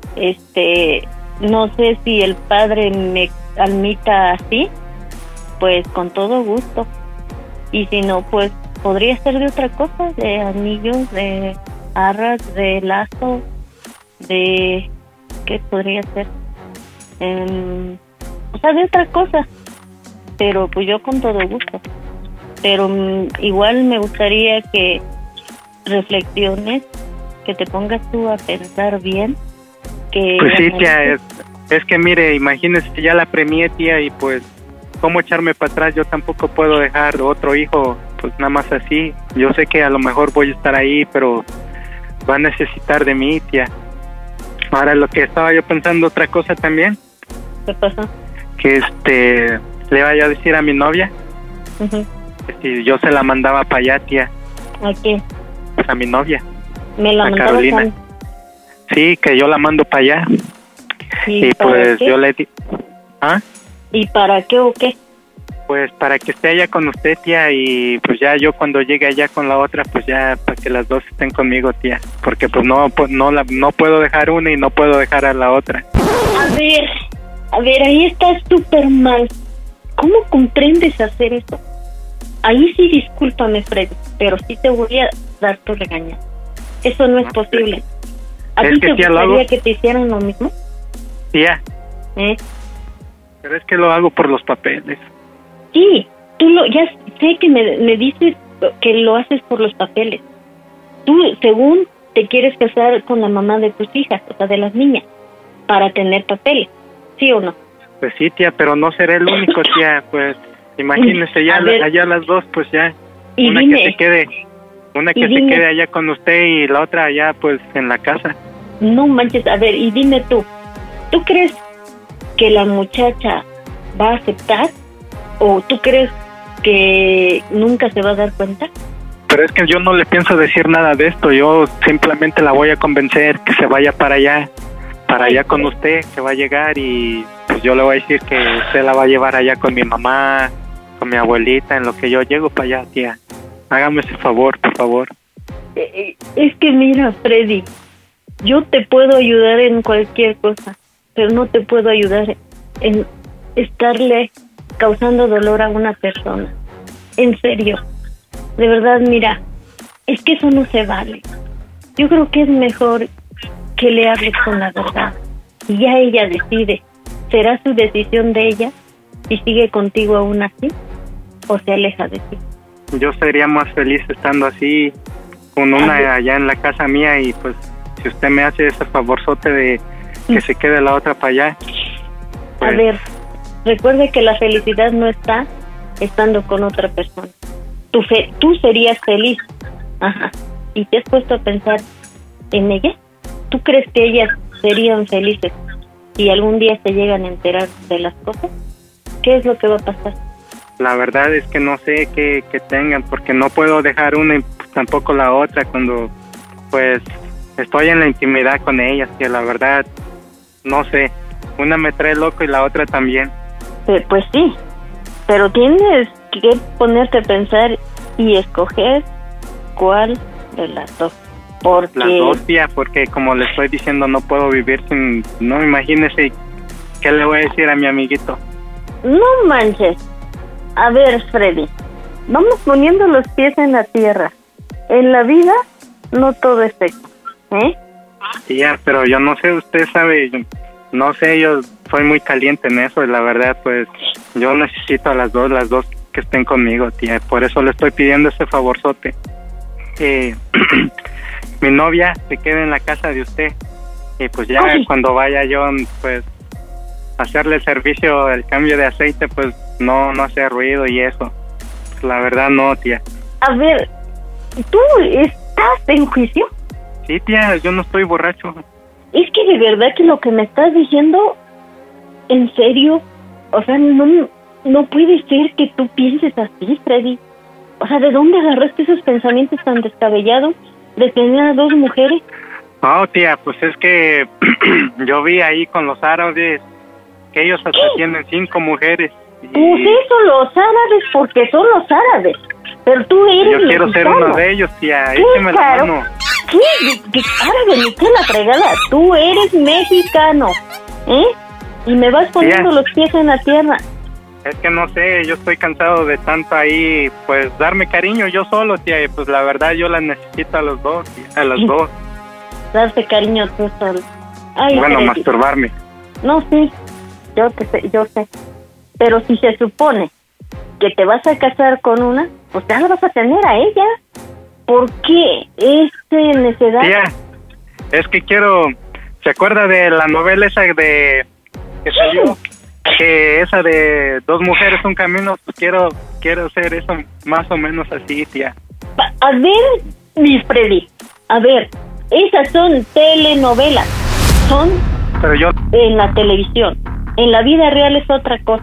No sé si el padre me admita así, pues con todo gusto. Y si no, pues podría ser de otra cosa, de anillos, de arras, de lazo, de... ¿qué podría ser? O sea, de otra cosa. Pero pues yo con todo gusto. Pero igual me gustaría que reflexiones, que te pongas tú a pensar bien. Que pues sí, tía, es que mire, imagínese, ya la premié, tía, y pues, ¿cómo echarme para atrás? Yo tampoco puedo dejar otro hijo, pues nada más así. Yo sé que a lo mejor voy a estar ahí, pero va a necesitar de mí, tía. Ahora, lo que estaba yo pensando, otra cosa también. ¿Qué pasó? Que le vaya a decir a mi novia, si yo se la mandaba para allá, tía. ¿A quién? Pues a mi novia. Me la a mandaba Carolina. Sí, que yo la mando para allá. Y pues qué? yo le di... ¿Ah? ¿Y para qué o qué? Pues para que esté allá con usted, tía, y pues ya yo cuando llegue allá con la otra, pues ya para que las dos estén conmigo, tía. Porque pues no puedo dejar una y no puedo dejar a la otra. A ver, ahí estás súper mal. ¿Cómo comprendes hacer eso? Ahí sí, discúlpame, Freddy, pero sí te voy a dar tu regaño. Eso no es posible. ¿A ti te gustaría que te hicieran lo mismo? Tía. Pero es que lo hago por los papeles. Sí, ya sé que me dices que lo haces por los papeles. Tú, según, te quieres casar con la mamá de tus hijas, o sea, de las niñas, para tener papeles, ¿sí o no? Pues sí, tía, pero no seré el único, tía, pues imagínese, ya allá las dos, pues ya, una que se quede allá con usted y la otra allá, pues, en la casa. No manches, a ver, y dime ¿tú crees que la muchacha va a aceptar o tú crees que nunca se va a dar cuenta? Pero es que yo no le pienso decir nada de esto, yo simplemente la voy a convencer que se vaya para allá con usted, que va a llegar y pues yo le voy a decir que usted la va a llevar allá con mi mamá, con mi abuelita, en lo que yo llego para allá, tía. Hágame ese favor, por favor. Es que mira, Freddy, yo te puedo ayudar en cualquier cosa, pero no te puedo ayudar en estarle causando dolor a una persona. En serio. De verdad, mira, es que eso no se vale. Yo creo que es mejor que le hables con la verdad. Y ya ella decide. ¿Será su decisión de ella si sigue contigo aún así o se aleja de ti? Yo sería más feliz estando así con una allá en la casa mía, y pues si usted me hace ese favorzote de que se quede la otra para allá. Pues... A ver, recuerde que la felicidad no está estando con otra persona. Tú serías feliz. Ajá. ¿Y te has puesto a pensar en ella? ¿Tú crees que ellas serían felices si algún día se llegan a enterar de las cosas? ¿Qué es lo que va a pasar? La verdad es que no sé qué tengan, porque no puedo dejar una y tampoco la otra cuando pues estoy en la intimidad con ellas, que la verdad no sé, una me trae loco y la otra también. Pues sí, pero tienes que ponerte a pensar y escoger cuál de las dos. Porque... Las dos, tía, porque como le estoy diciendo, no puedo vivir sin... No, imagínese, ¿qué le voy a decir a mi amiguito? No manches. A ver, Freddy, vamos poniendo los pies en la tierra. En la vida no todo es sexo, ¿eh? Tía, pero yo no sé, usted sabe, no sé, yo soy muy caliente en eso, y la verdad, pues, yo necesito a las dos que estén conmigo, tía, por eso le estoy pidiendo ese favorzote. Mi novia se quede en la casa de usted, y pues ya cuando vaya yo, pues, hacerle el servicio, el cambio de aceite, pues, no hace ruido y eso. Pues, la verdad, no, tía. A ver, ¿tú estás en juicio? Sí, tía, yo no estoy borracho. Es que de verdad que lo que me estás diciendo, en serio, o sea, no puede ser que tú pienses así, Freddy. O sea, ¿de dónde agarraste esos pensamientos tan descabellados de tener a dos mujeres? No, tía, pues es que yo vi ahí con los árabes que ellos hasta tienen 5 mujeres. Pues eso, los árabes, porque son los árabes. Pero tú eres yo quiero mexicano. ser uno de ellos, tía. Écheme la mano. ¿Qué árabe ni qué la fregada? Tú eres mexicano, ¿eh? Y me vas poniendo los pies en la tierra. Es que no sé, yo estoy cansado de tanto ahí, pues, darme cariño yo solo, tía. Y pues la verdad yo las necesito a los dos, tía, a las dos. Darte cariño tú solo. Ay, bueno, Freddy. masturbarme. No, sí, yo sé. Pero si se supone que te vas a casar con una, pues ya la vas a tener a ella. ¿Por qué esa necedad? Tía, es que quiero... ¿Se acuerda de la novela esa de... que salió? Que esa de 2 mujeres, un camino, pues quiero hacer eso más o menos así, tía. A ver, mi Freddy, a ver, esas son telenovelas. Son pero yo... en la televisión. En la vida real es otra cosa.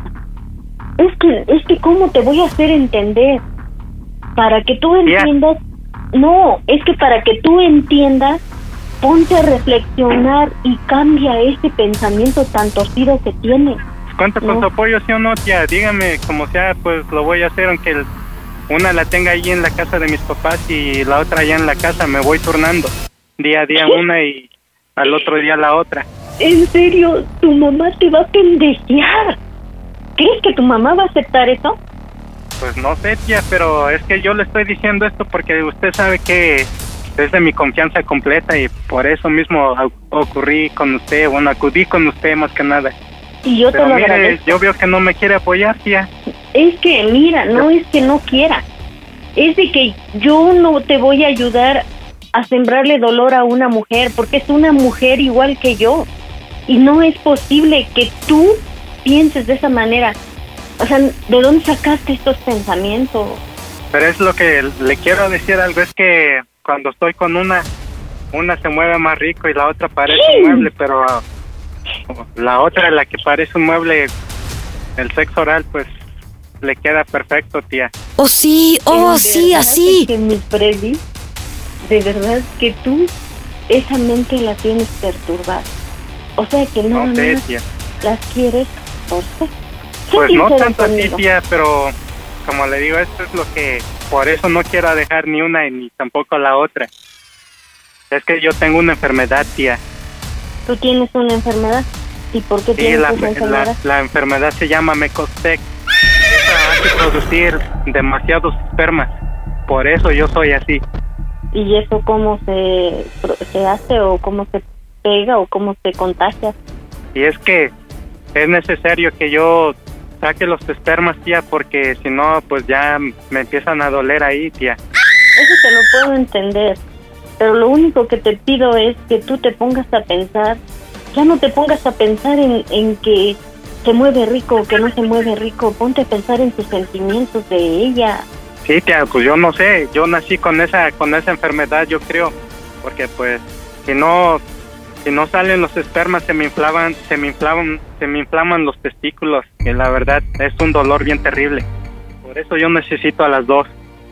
Es que ¿cómo te voy a hacer entender? Para que tú entiendas... No, es que para que tú entiendas, ponte a reflexionar y cambia ese pensamiento tan torcido que tienes. ¿Cuánto con su apoyo, sí o no, tía? Dígame, como sea, pues lo voy a hacer, aunque una la tenga ahí en la casa de mis papás y la otra allá en la casa, me voy turnando. Día a día una y al otro día la otra. En serio, tu mamá te va a pendejear. ¿Crees que tu mamá va a aceptar eso? Pues no sé, tía, pero es que yo le estoy diciendo esto porque usted sabe que es de mi confianza completa y por eso mismo acudí con usted más que nada. Y yo pero te lo mire, agradezco. yo veo que no me quiere apoyar, tía. Es que, mira, no es que no quiera. Es de que yo no te voy a ayudar a sembrarle dolor a una mujer, porque es una mujer igual que yo. Y no es posible que tú pienses de esa manera. O sea, ¿de dónde sacaste estos pensamientos? Pero es lo que le quiero decir algo, es que cuando estoy con una se mueve más rico y la otra parece un mueble, pero la otra, la que parece un mueble, el sexo oral, pues le queda perfecto, tía. Oh, sí, así. Que mi Freddy, de verdad que tú esa mente la tienes perturbada. O sea que no sé, tía. Las quieres por ser. Pues no tanto así, tía, pero como le digo, esto es lo que... Por eso no quiero dejar ni una ni tampoco la otra. Es que yo tengo una enfermedad, tía. ¿Tú tienes una enfermedad? ¿Y por qué tienes esa enfermedad? La enfermedad se llama Mecostec. Esa hace producir demasiados espermas. por eso yo soy así. ¿Y eso cómo se hace o cómo se pega o cómo se contagia? Y es que es necesario que yo saque los espermas, tía, porque si no, pues ya me empiezan a doler ahí, tía. Eso te lo puedo entender, pero lo único que te pido es que tú te pongas a pensar, ya no te pongas a pensar en que se mueve rico o que no se mueve rico, ponte a pensar en tus sentimientos de ella. Sí, tía, pues yo no sé, yo nací con esa enfermedad, yo creo, porque pues si no salen los espermas se me inflaman los testículos, que la verdad es un dolor bien terrible. Por eso yo necesito a las dos.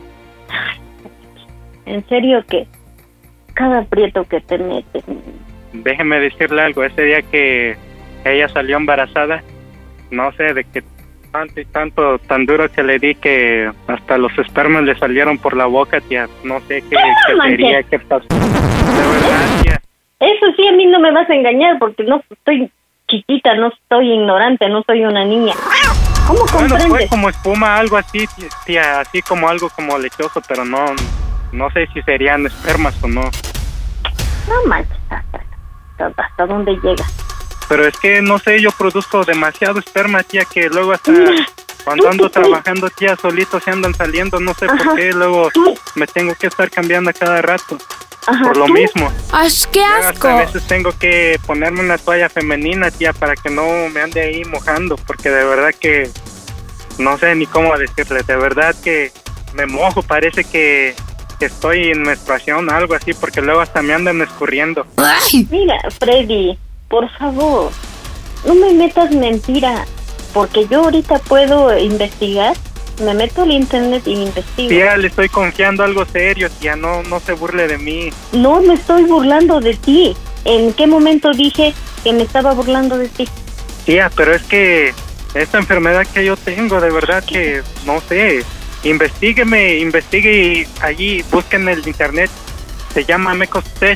En serio que cada aprieto que te metes. Déjeme decirle algo, ese día que ella salió embarazada, no sé de qué tanto tan duro que le di que hasta los espermas le salieron por la boca, tía. No sé qué sería, qué pasó. De verdad, tía. Eso sí, a mí no me vas a engañar porque no estoy chiquita, no estoy ignorante, no soy una niña. ¿Cómo comprendes? Bueno, fue como espuma, algo así, tía, así como algo como lechoso, pero no sé si serían espermas o no. No manches, ¿hasta dónde llega? Pero es que, no sé, yo produzco demasiado esperma, tía, que luego hasta cuando ando trabajando, tía, solito se andan saliendo, no sé por qué, luego me tengo que estar cambiando a cada rato. Por lo mismo. ¡Ay, qué asco! A veces tengo que ponerme una toalla femenina, tía, para que no me ande ahí mojando, porque de verdad que no sé ni cómo decirle, de verdad que me mojo, parece que estoy en menstruación, algo así, porque luego hasta me andan escurriendo. Mira, Freddy, por favor, no me metas mentira, porque yo ahorita puedo investigar, me meto al internet y investigo. Tía, le estoy confiando algo serio, tía, no se burle de mí. No me estoy burlando de ti. ¿En qué momento dije que me estaba burlando de ti? Tía, pero es que esta enfermedad que yo tengo, de verdad que, no sé, investigue y allí busquen en el internet, se llama Mecostech,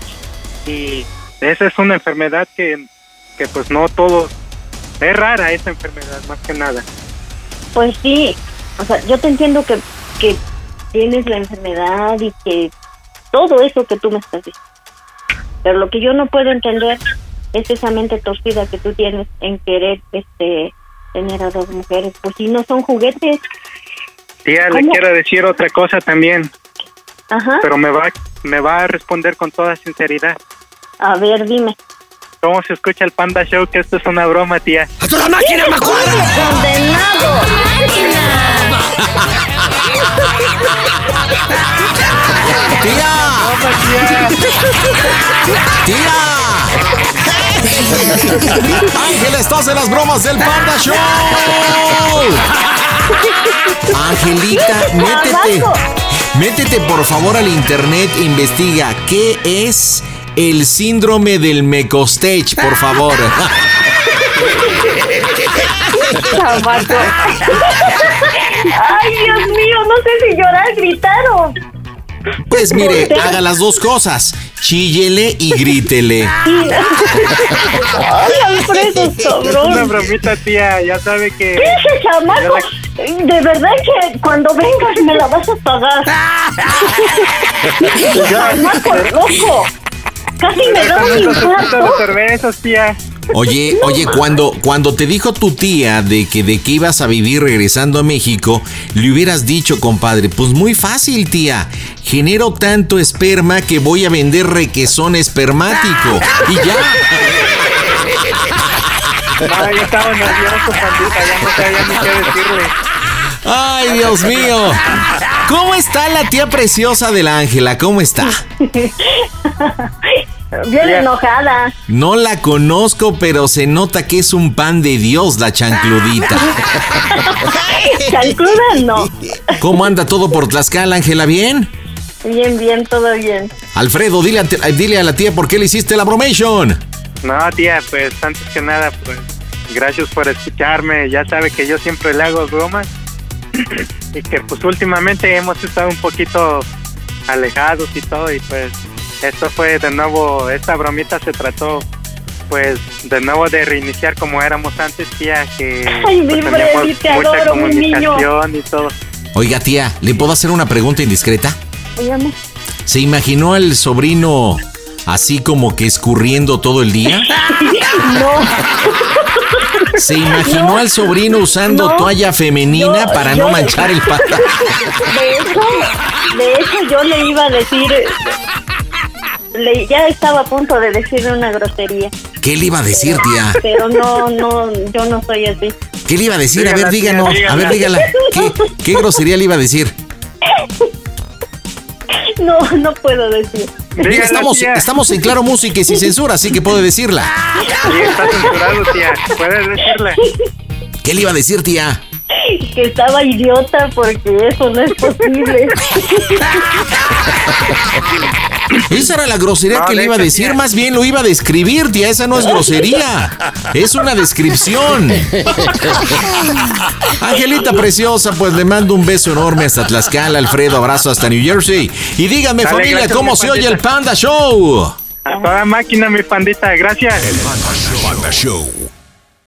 y esa es una enfermedad que pues no todos, es rara esa enfermedad, más que nada. Pues sí, o sea, yo te entiendo que tienes la enfermedad y que todo eso que tú me estás diciendo, pero lo que yo no puedo entender es esa mente torcida que tú tienes en querer tener a dos mujeres, pues si no son juguetes. Tía, ¿cómo? Le quiero decir otra cosa también. Ajá. Pero me va a responder con toda sinceridad. A ver, dime. ¿Cómo se escucha el Panda Show? Que esto es una broma, tía. ¡A toda máquina, Macuara! ¡Condenado! Ángel, estás en las bromas del Panda Show. Angelita, métete por favor al internet e investiga qué es el síndrome del Mecostech, por favor. Chamaco. Ay, Dios mío, no sé si llorar, gritar o... Pues mire, haga las dos cosas. Chíllele y grítele. Ay, Alfredo, cabrón. Una bromita, tía, ya sabe que... ¿Qué, chamaco? De verdad que cuando vengas me la vas a pagar. Chamaco, loco. Casi me da un infarto. Cervezas, tía. Oye, cuando te dijo tu tía de que ibas a vivir regresando a México, le hubieras dicho, compadre, pues muy fácil, tía. Genero tanto esperma que voy a vender requesón espermático. Y ya. No, yo estaba nervioso, pandita, ya no sabía ni qué decirle. Ay, Dios mío. ¿Cómo está la tía preciosa de la Ángela? ¿Cómo está? Bien enojada. No la conozco, pero se nota que es un pan de Dios la chancludita. Chancluda no. ¿Cómo anda todo por Tlaxcala, Ángela? ¿Bien? Bien, todo bien. Alfredo, dile a la tía por qué le hiciste la bromation. No, tía, pues antes que nada, pues gracias por escucharme. Ya sabe que yo siempre le hago bromas. Y que pues últimamente hemos estado un poquito alejados y todo, y pues esto fue de nuevo, esta bromita se trató pues de nuevo de reiniciar como éramos antes, tía, que ay, pues, mi Freddy, te mucha adoro, mi niño. comunicación y todo. Oiga, tía, ¿le puedo hacer una pregunta indiscreta? Dígame. ¿Se imaginó al sobrino así como que escurriendo todo el día? No. ¿Se imaginó al sobrino usando toalla femenina para no manchar el pantalón? De hecho, yo le iba a decir... ya estaba a punto de decirle una grosería. ¿Qué le iba a decir, tía? Pero no, yo no soy así. ¿Qué le iba a decir? A ver, díganos. A ver, dígala. ¿Qué grosería le iba a decir? No puedo decir. Mira, estamos en Claro Música y sin censura, así que puede decirla. Sí, está censurado, tía. Puedes decirle. ¿Qué le iba a decir, tía? Que estaba idiota porque eso no es posible. Esa era la grosería que le iba a decir, más bien lo iba a describir, tía, esa no es grosería, es una descripción. Angelita preciosa, pues le mando un beso enorme hasta Tlaxcala, Alfredo, abrazo hasta New Jersey. Y dígame, dale, familia, gracias, ¿cómo se oye el Panda Show? A toda máquina, mi pandita, gracias. El Panda Show.